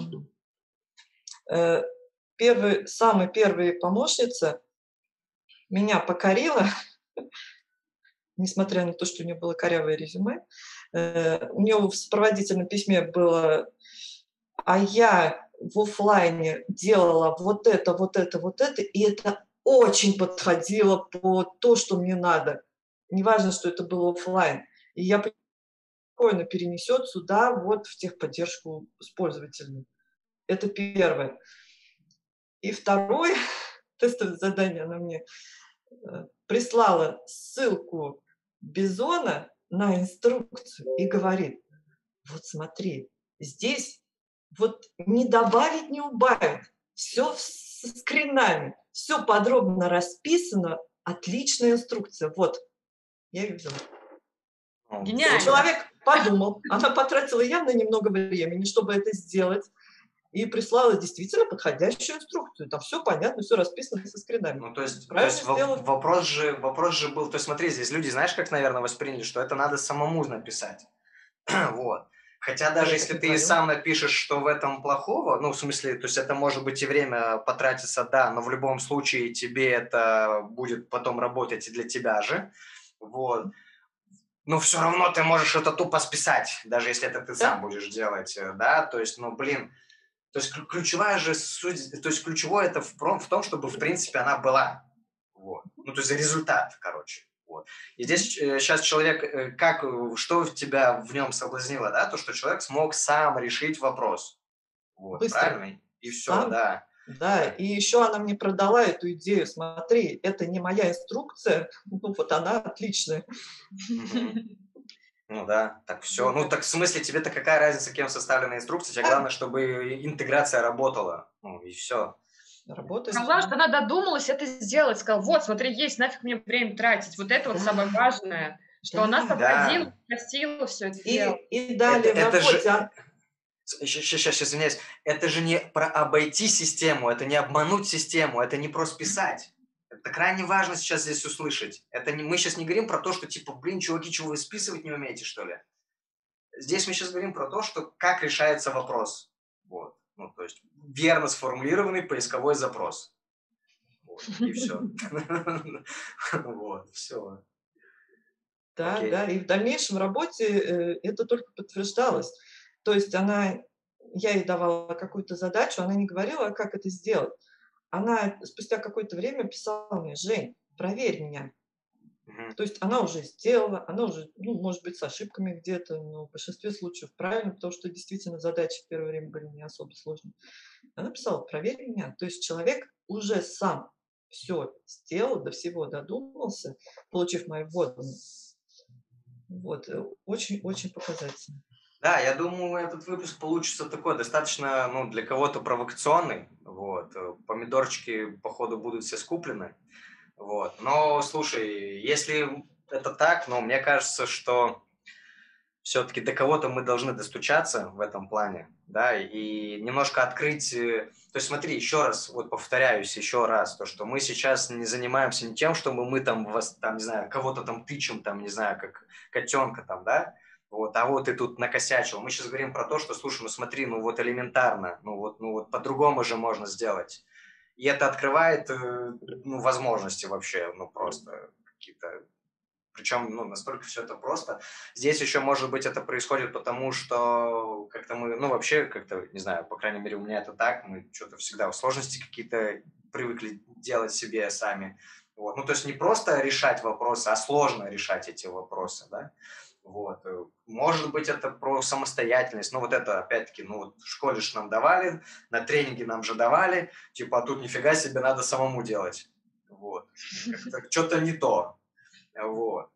Самая первая помощница меня покорила, несмотря на то, что у нее было корявое резюме. У нее в сопроводительном письме было: а я в оффлайне делала вот это, вот это, вот это, и это очень подходило под то, что мне надо. Неважно, что это был оффлайн. И я спокойно перенесет сюда, вот в техподдержку с пользователями. Это первое. И второе, тестовое задание она мне прислала ссылку Бизона на инструкцию и говорит, вот смотри, здесь вот не добавить, не убавить, все с скринами, все подробно расписано, отличная инструкция. Вот, я ее взяла. Гениально. Человек подумал, она потратила явно немного времени, чтобы это сделать, и прислала действительно подходящую инструкцию. Там все понятно, все расписано со скринами. Ну, то есть Правильно вопрос же был, то есть смотри, здесь люди, знаешь, как, наверное, восприняли, что это надо самому написать. Вот. Хотя даже Я если так ты не и поняла. сам напишешь, что в этом плохого, ну, в смысле, то есть это может быть и время потратиться, да, но в любом случае тебе это будет потом работать и для тебя же. Вот. Но все равно ты можешь это тупо списать, даже если это ты сам Да? будешь делать, да, то есть, ну, блин, то есть ключевая же суть, то есть ключевое это в том, чтобы, в принципе, она была. Вот. Ну, то есть результат, короче. Вот. И здесь сейчас человек, что тебя в нем соблазнило, да, то, что человек смог сам решить вопрос. Вот, Быстро. правильно? И все, Сам. да. Да, и еще она мне продала эту идею. Смотри, это не моя инструкция, ну вот она отличная. Ну да, так все. Вот Ну так. так в смысле, тебе-то какая разница, кем составлена инструкция? Тебе главное, чтобы интеграция работала. Ну и все. Работает. Главное, что она додумалась это сделать. Сказала, вот, смотри, есть, нафиг мне время тратить. Вот это вот Да. самое важное, что Да. она сообразила, Да. упростила все это дело. И далее в Это же... работе. Сейчас, извиняюсь. Это же не про обойти систему, это не обмануть систему, это не просто писать. Это крайне важно сейчас здесь услышать. Это не, мы сейчас не говорим про то, что типа, блин, чуваки, чего вы списывать не умеете, что ли? Здесь мы сейчас говорим про то, что как решается вопрос. Вот. Ну, то есть верно сформулированный поисковой запрос. Вот. И все. Вот, все. Да, Окей. да, и в дальнейшем работе это только подтверждалось. То есть я ей давала какую-то задачу, она не говорила, как это сделать. Она спустя какое-то время писала мне, Жень, проверь меня. Мгм. То есть она уже сделала, она уже, ну, может быть, с ошибками где-то, но в большинстве случаев правильно, потому что действительно задачи в первое время были не особо сложные. Она писала, проверь меня. То есть человек уже сам все сделал, до всего додумался, получив мои вводные. Вот, очень-очень показательно. Да, я думаю, этот выпуск получится такой достаточно, ну, для кого-то провокационный. Вот. Помидорчики, походу, будут все скуплены. Вот. Но, слушай, если это так, ну, мне кажется, что все-таки до кого-то мы должны достучаться в этом плане, да, и немножко открыть... То есть смотри, еще раз, вот повторяюсь еще раз, то, что мы сейчас не занимаемся не тем, что мы там, там, не знаю, кого-то там тычем, там, не знаю, как котенка там, да, вот, а вот ты тут накосячил. Мы сейчас говорим про то, что, слушай, ну смотри, ну вот элементарно, ну вот по-другому же можно сделать. И это открывает, ну, возможности вообще, ну, просто какие-то... Причем, ну, настолько все это просто. Здесь еще, может быть, это происходит потому, что как-то мы, ну, вообще, как-то, не знаю, по крайней мере, у меня это так, мы что-то всегда в сложности какие-то привыкли делать себе сами. Вот. Ну, то есть не просто решать вопросы, а сложно решать эти вопросы, да. Вот. Может быть, это про самостоятельность. Ну, вот это, опять-таки, ну, вот в школе же нам давали, на тренинге нам же давали, типа, а тут нифига себе, надо самому делать. Вот. Как-то что-то не то. Вот.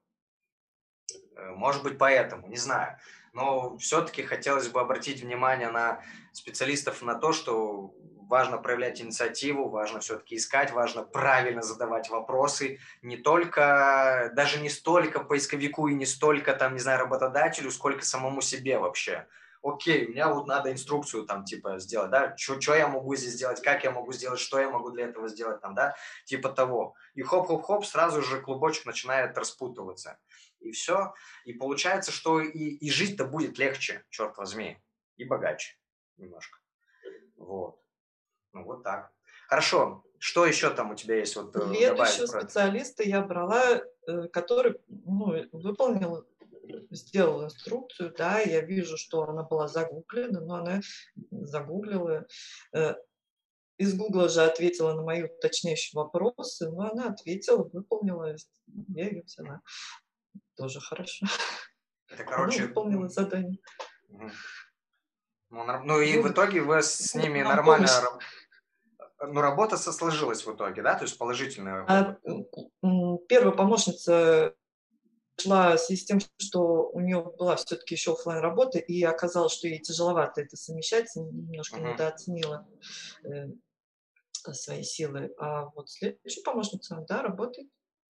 Может быть, поэтому, не знаю. Но все-таки хотелось бы обратить внимание на специалистов на то, что важно проявлять инициативу, важно все-таки искать, важно правильно задавать вопросы, не только, даже не столько поисковику и не столько, там, не знаю, работодателю, сколько самому себе вообще. Окей, у меня вот надо инструкцию там, типа, сделать, да, что я могу здесь сделать, как я могу сделать, что я могу для этого сделать, там, да, типа того. И хоп-хоп-хоп, сразу же клубочек начинает распутываться. И все. И получается, что и жить-то будет легче, черт возьми, и богаче немножко. Вот. Ну, вот так. Хорошо. Что еще там у тебя есть вот добавить Следующего про это? специалиста я брала, который, ну, сделал инструкцию, да, я вижу, что она была загуглена, но она загуглила. Э, Из Гугла же ответила на мои уточняющие вопросы, но она ответила, выполнила, я ее взяла. Тоже хорошо. Это, Она короче, выполнила задание. мгм. Ну и в Вот, итоге вы с вот ними вам нормально, помощь. ну, работа сложилась в итоге, да, то есть положительный А, опыт. Первая помощница шла в связи с тем, что у нее была все-таки еще оффлайн работа, и оказалось, что ей тяжеловато это совмещать, немножко Мгм. недооценила э, свои силы. А вот следующая помощница, да, работает.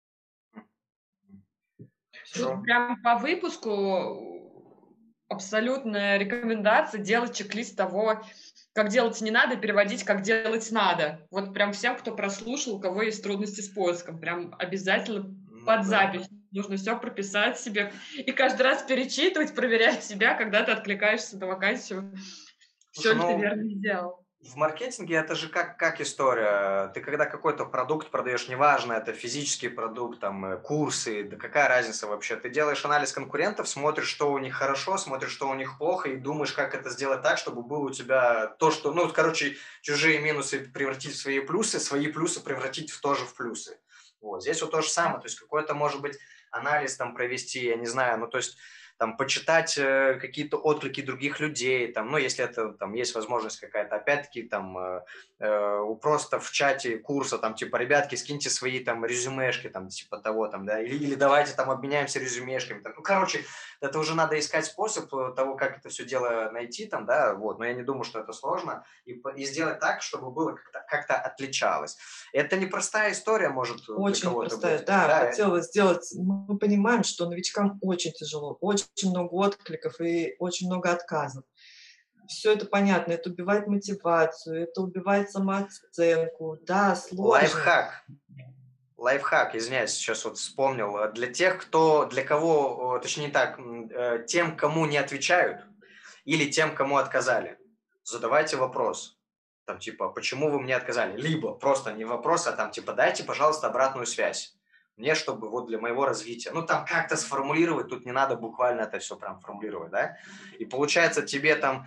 Все. Тут Хорошо. прям по выпуску абсолютная рекомендация делать чек-лист того, как делать не надо, и переводить, как делать надо. Вот прям всем, кто прослушал, у кого есть трудности с поиском, прям обязательно Ну под да. запись нужно все прописать себе и каждый раз перечитывать, проверять себя, когда ты откликаешься на вакансию, все Слушай, ли ты ну, верно сделал. в маркетинге это же как история. Ты когда какой-то продукт продаешь, неважно, это физический продукт, там, курсы, да какая разница вообще. Ты делаешь анализ конкурентов, смотришь, что у них хорошо, смотришь, что у них плохо, и думаешь, как это сделать так, чтобы было у тебя то, что... Ну, вот, короче, чужие минусы превратить в свои плюсы превратить в тоже в плюсы. Вот. Здесь вот то же самое. То есть какой-то, может быть, анализ там провести, я не знаю, ну, то есть там почитать какие-то отклики других людей, там, ну, если это там есть возможность какая-то, опять-таки, там, просто в чате курса, там, типа, ребятки, скиньте свои там резюмешки, там, типа того, там, да, или давайте там обменяемся резюмешками, там. Ну, короче, это уже надо искать способ того, как это все дело найти, там, да, вот, но я не думаю, что это сложно, и сделать так, чтобы было как-то отличалось. Это непростая история, может, для Очень кого-то простая. быть, Да, да, хотела сделать. Мы понимаем, что новичкам очень тяжело, очень много откликов и очень много отказов. Все это понятно, это убивает мотивацию, это убивает самооценку. Да, сложно. лайфхак. Лайфхак, извиняюсь, сейчас вот вспомнил. Для тех, для кого, точнее так, тем, кому не отвечают, или тем, кому отказали, задавайте вопрос. Там, типа, почему вы мне отказали? Либо просто не вопрос, а там, типа, дайте, пожалуйста, обратную связь. Мне, чтобы вот для моего развития. Ну, там как-то сформулировать, тут не надо буквально это все прям формулировать, да? И получается, тебе там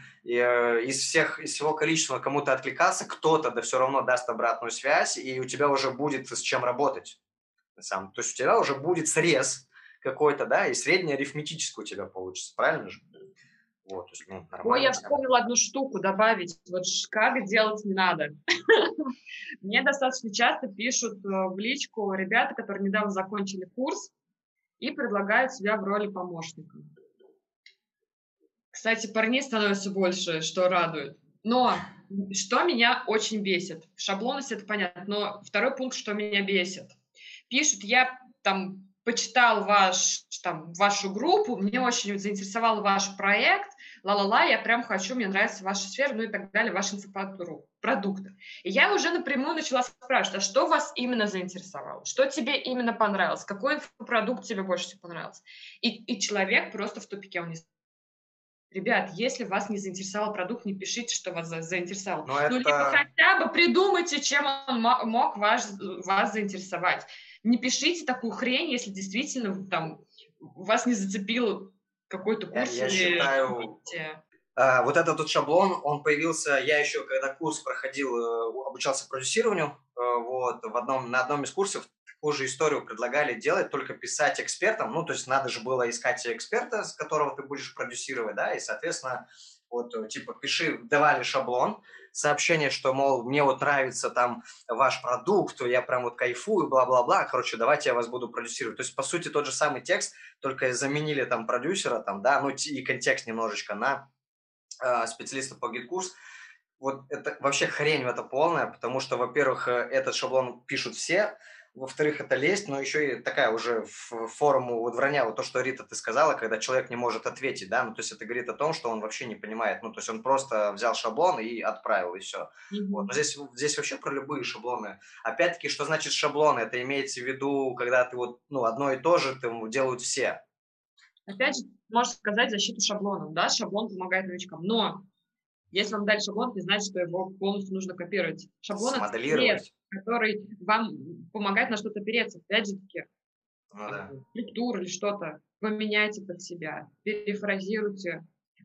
из всего количества кому-то откликался, кто-то да все равно даст обратную связь, и у тебя уже будет с чем работать. То есть у тебя уже будет срез какой-то, да, и среднее арифметическое у тебя получится, правильно же? Вот, то есть, ну, Ой, нормально я прям. вспомнила одну штуку добавить. Вот как делать не надо. Мне достаточно часто пишут в личку ребята, которые недавно закончили курс и предлагают себя в роли помощника. Кстати, парней становится больше, что радует. Но что меня очень бесит? Шаблонность — это понятно, но второй пункт, что меня бесит. Пишут, я там почитал вашу группу, мне очень заинтересовал ваш проект, ла-ла-ла, я прям хочу, мне нравится ваша сфера, ну и так далее, ваши продукты. И я уже напрямую начала спрашивать, а что вас именно заинтересовало? Что тебе именно понравилось? Какой инфопродукт тебе больше всего понравился? И человек просто в тупике, он не... Ребят, если вас не заинтересовал продукт, не пишите, что вас заинтересовал. Но Ну, либо это, хотя бы придумайте, чем он мог вас заинтересовать. Не пишите такую хрень, если действительно там вас не зацепил какой-то курс я или считаю, событие. вот этот вот шаблон, он появился, я еще когда курс проходил, обучался продюсированию, вот, на одном из курсов такую же историю предлагали делать, только писать экспертам, ну, то есть надо же было искать эксперта, с которого ты будешь продюсировать, да, и, соответственно, вот, типа, пиши, давали шаблон, сообщение, что, мол, мне вот нравится там ваш продукт, я прям вот кайфую, бла-бла-бла, короче, давайте я вас буду продюсировать. То есть, по сути, тот же самый текст, только заменили там продюсера, там, да, ну, и контекст немножечко на специалиста по гид-курс. Вот это вообще хрень это полная, потому что, во-первых, этот шаблон пишут все, во-вторых, это лесть, но еще и такая уже в форму вот вранья, вот то, что Рита ты сказала, когда человек не может ответить, да, ну, то есть это говорит о том, что он вообще не понимает, ну, то есть он просто взял шаблон и отправил, и все. Вот. Но Мгм. здесь вообще про любые шаблоны. Опять-таки, что значит шаблон? Это имеется в виду, когда ты вот, ну, одно и то же делают все. Опять же, можно сказать защиту шаблоном, да, шаблон помогает новичкам, но если вам дали шаблон, это не значит, что его полностью нужно копировать. Шаблон — это скелет, Смоделировать. который вам помогает на что-то опереться. Опять же таки, Ну там, да. структуру или что-то, поменяйте под себя, перефразируйте.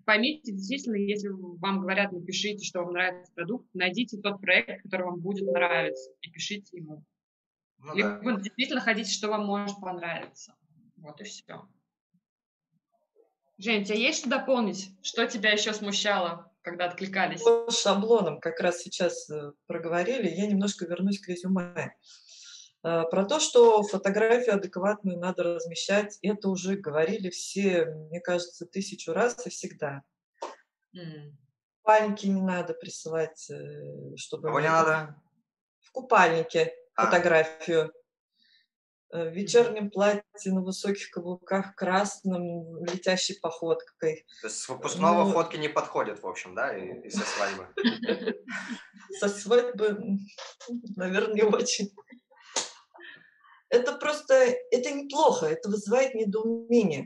поймите, действительно, если вам говорят, напишите, что вам нравится продукт, найдите тот проект, который вам будет нравиться, и пишите ему. Ну Либо да. вы действительно хотите, что вам может понравиться. Вот и все. Жень, у тебя есть что дополнить? Что тебя еще смущало, когда откликались? По шаблонам как раз сейчас проговорили, я немножко вернусь к резюме. Про то, что фотографию адекватную надо размещать, это уже говорили все, мне кажется, 1000 раз и всегда. М. Купальники не надо присылать, чтобы Кого не это надо? в купальнике А, фотографию, в Мгм. вечернем платье на высоких каблуках, красном, летящей походкой. то есть с выпускного Ну, фотки не подходят, в общем, да, и со свадьбы. со свадьбы, наверное, не очень. Это просто, это неплохо, это вызывает недоумение.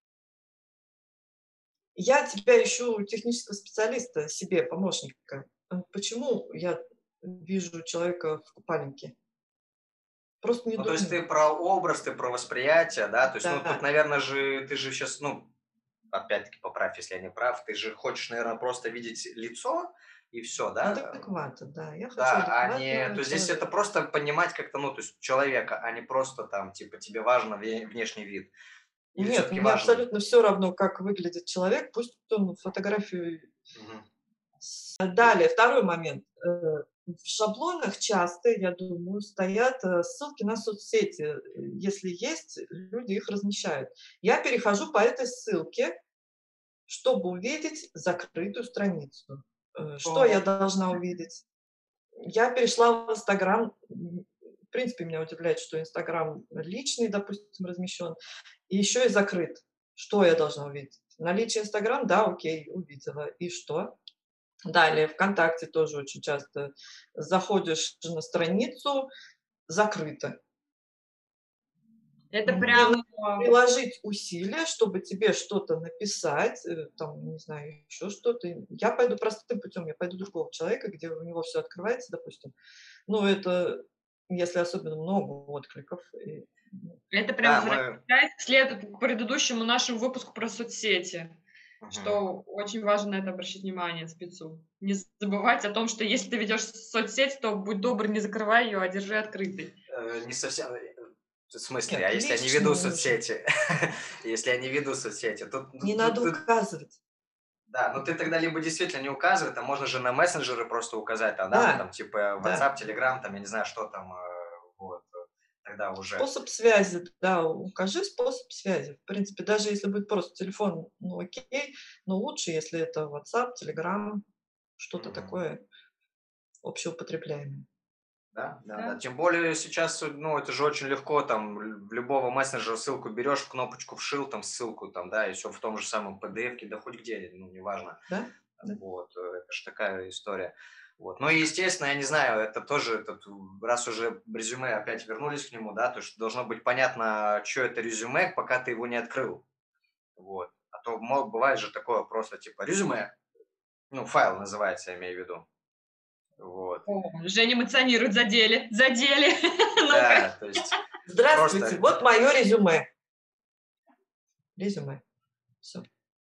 Я тебя ищу технического специалиста себе, помощника. Почему я вижу человека в купальнике? Просто Ну, то есть ты недоумение. про образ, ты про восприятие, да? То есть, ну, тут, Да, наверное же, ты же сейчас, ну, опять-таки поправь, если я не прав, ты же хочешь, наверное, просто видеть лицо и все, да? адекватно, да. Я хочу Да, а не... адекватного То есть здесь это человека. просто понимать как-то, ну, то есть человека, а не просто там, типа, тебе важен внешний вид. Или Нет, все-таки мне важен? абсолютно все равно, как выглядит человек, пусть он фотографию. Мгм. Далее, второй момент. В шаблонах часто, я думаю, стоят ссылки на соцсети. Если есть, люди их размещают. Я перехожу по этой ссылке, чтобы увидеть закрытую страницу. Что я О, должна увидеть? Я перешла в Инстаграм. В принципе, меня удивляет, что Инстаграм личный, допустим, размещен, и еще и закрыт. Что я должна увидеть? Наличие Инстаграм, да, окей, увидела. И что? Далее, ВКонтакте тоже очень часто заходишь на страницу, закрыто. Это Мне надо прям приложить усилия, чтобы тебе что-то написать, там, не знаю, еще что-то. Я пойду простым путем, я пойду другого человека, где у него все открывается, допустим. Ну, это если особенно много откликов. это прям да, мы... возвращает след к предыдущему нашему выпуску про соцсети, Мгм. что очень важно на это обращать внимание спецу. Не забывать о том, что если ты ведешь соцсеть, то будь добр, не закрывай ее, а держи открытой. Не совсем... В смысле, а Нет, если я не веду личный нужен. соцсети? Если я не веду соцсети, Не надо указывать. да, но ты тогда либо действительно не указывай, там можно же на мессенджеры просто указать, там, да, ну Да, там типа да. WhatsApp, Telegram, там, я не знаю, что там, вот, тогда уже. Способ связи, да, укажи способ связи. В принципе, даже если будет просто телефон, ну окей, но лучше, если это WhatsApp, Telegram, что-то Мгм. такое общеупотребляемое. Да, да, да. Да? Тем более сейчас, ну, это же очень легко, там, в любого мессенджера ссылку берешь, кнопочку вшил, там, ссылку, там, да, и все в том же самом PDF-ке, да хоть где, ну, неважно. Да? Да. Вот, это же такая история. Вот. Ну и, естественно, я не знаю, это тоже, раз уже резюме опять вернулись к нему, да, то что должно быть понятно, что это резюме, пока ты его не открыл. Вот. А то бывает же такое просто, типа, резюме, ну, файл называется, я имею в виду. Вот. О, Женя эмоционирует, задели, задели. Ну-ка. Да, то есть Здравствуйте, просто, вот мое резюме. Резюме. Все.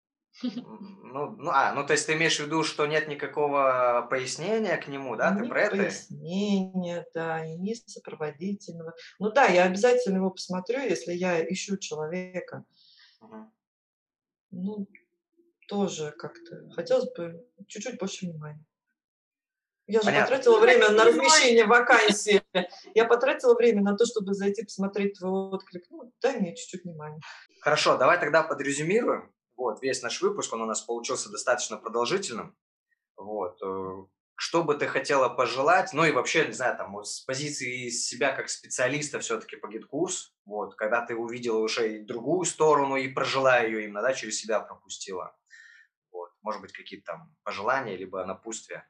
ну, то есть ты имеешь в виду, что нет никакого пояснения к нему, да, ты Ни про это? пояснения, да, и ни сопроводительного. Ну да, я обязательно его посмотрю, если я ищу человека. Мгм. Ну, тоже как-то хотелось бы чуть-чуть больше внимания. Я же Понятно. потратила время на Внимание. размещение вакансии. Я потратила время на то, чтобы зайти посмотреть твой отклик. Ну, дай мне чуть-чуть внимания. Хорошо, давай тогда подрезюмируем. Вот, весь наш выпуск, он у нас получился достаточно продолжительным. Вот. Что бы ты хотела пожелать? Ну и вообще, не знаю, там, вот с позиции себя как специалиста все-таки по гид-курс, вот, когда ты увидела уже и другую сторону и прожила ее именно, да, через себя пропустила. Вот. Может быть, какие-то там пожелания, либо напутствия.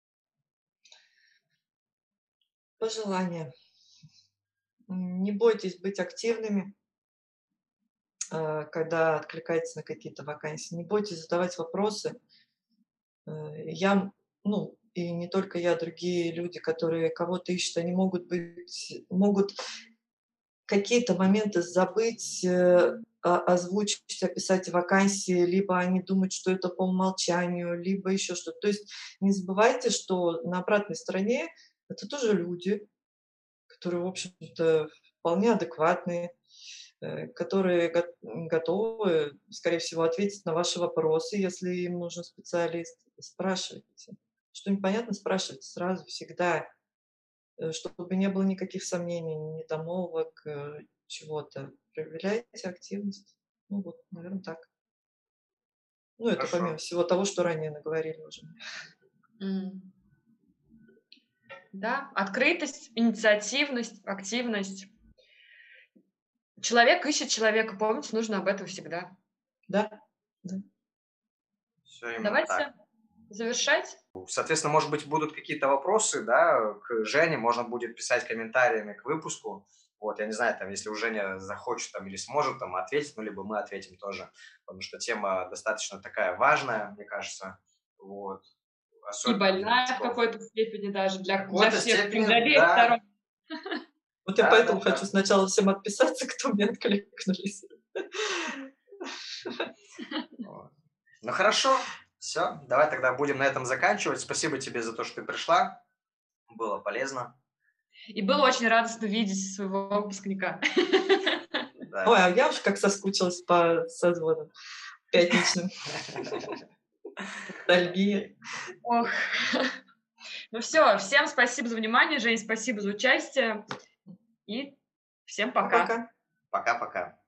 Пожелания. Не бойтесь быть активными, когда откликаетесь на какие-то вакансии. Не бойтесь задавать вопросы. Я, ну, и не только я, другие люди, которые кого-то ищут, они могут какие-то моменты забыть, озвучить, описать вакансии, либо они думают, что это по умолчанию, либо еще что-то. То есть не забывайте, что на обратной стороне это тоже люди, которые, в общем-то, вполне адекватные, которые готовы, скорее всего, ответить на ваши вопросы, если им нужен специалист. Спрашивайте. Что непонятно, спрашивайте сразу, всегда, чтобы не было никаких сомнений, недомолвок, чего-то. Проявляйте активность. Ну вот, наверное, так. Ну, это помимо Хорошо. всего того, что ранее наговорили уже. Да, открытость, инициативность, активность. Человек ищет человека, помните, нужно об этом всегда. Да. Все именно Давайте так. завершать. Соответственно, может быть, будут какие-то вопросы, да, к Жене, можно будет писать комментариями к выпуску. Вот, я не знаю, там, если у Женя захочет там, или сможет там ответить, ну, либо мы ответим тоже, потому что тема достаточно такая важная, мне кажется, вот, И особенно для больная в новичков. какой-то степени даже В для какой-то всех, степени, для обеих да. сторон. Вот я Да, поэтому да, хочу да. сначала всем отписаться, кто мне откликнулись. Вот. Ну, хорошо, все, давай тогда будем на этом заканчивать. Спасибо тебе за то, что ты пришла, было полезно. И было очень радостно видеть своего выпускника. Да. Ой, а я уж как соскучилась по созвонам пятничным. Ностальгия. Ох. Ну все, всем спасибо за внимание, Жень, спасибо за участие. И всем пока. Пока. Пока-пока.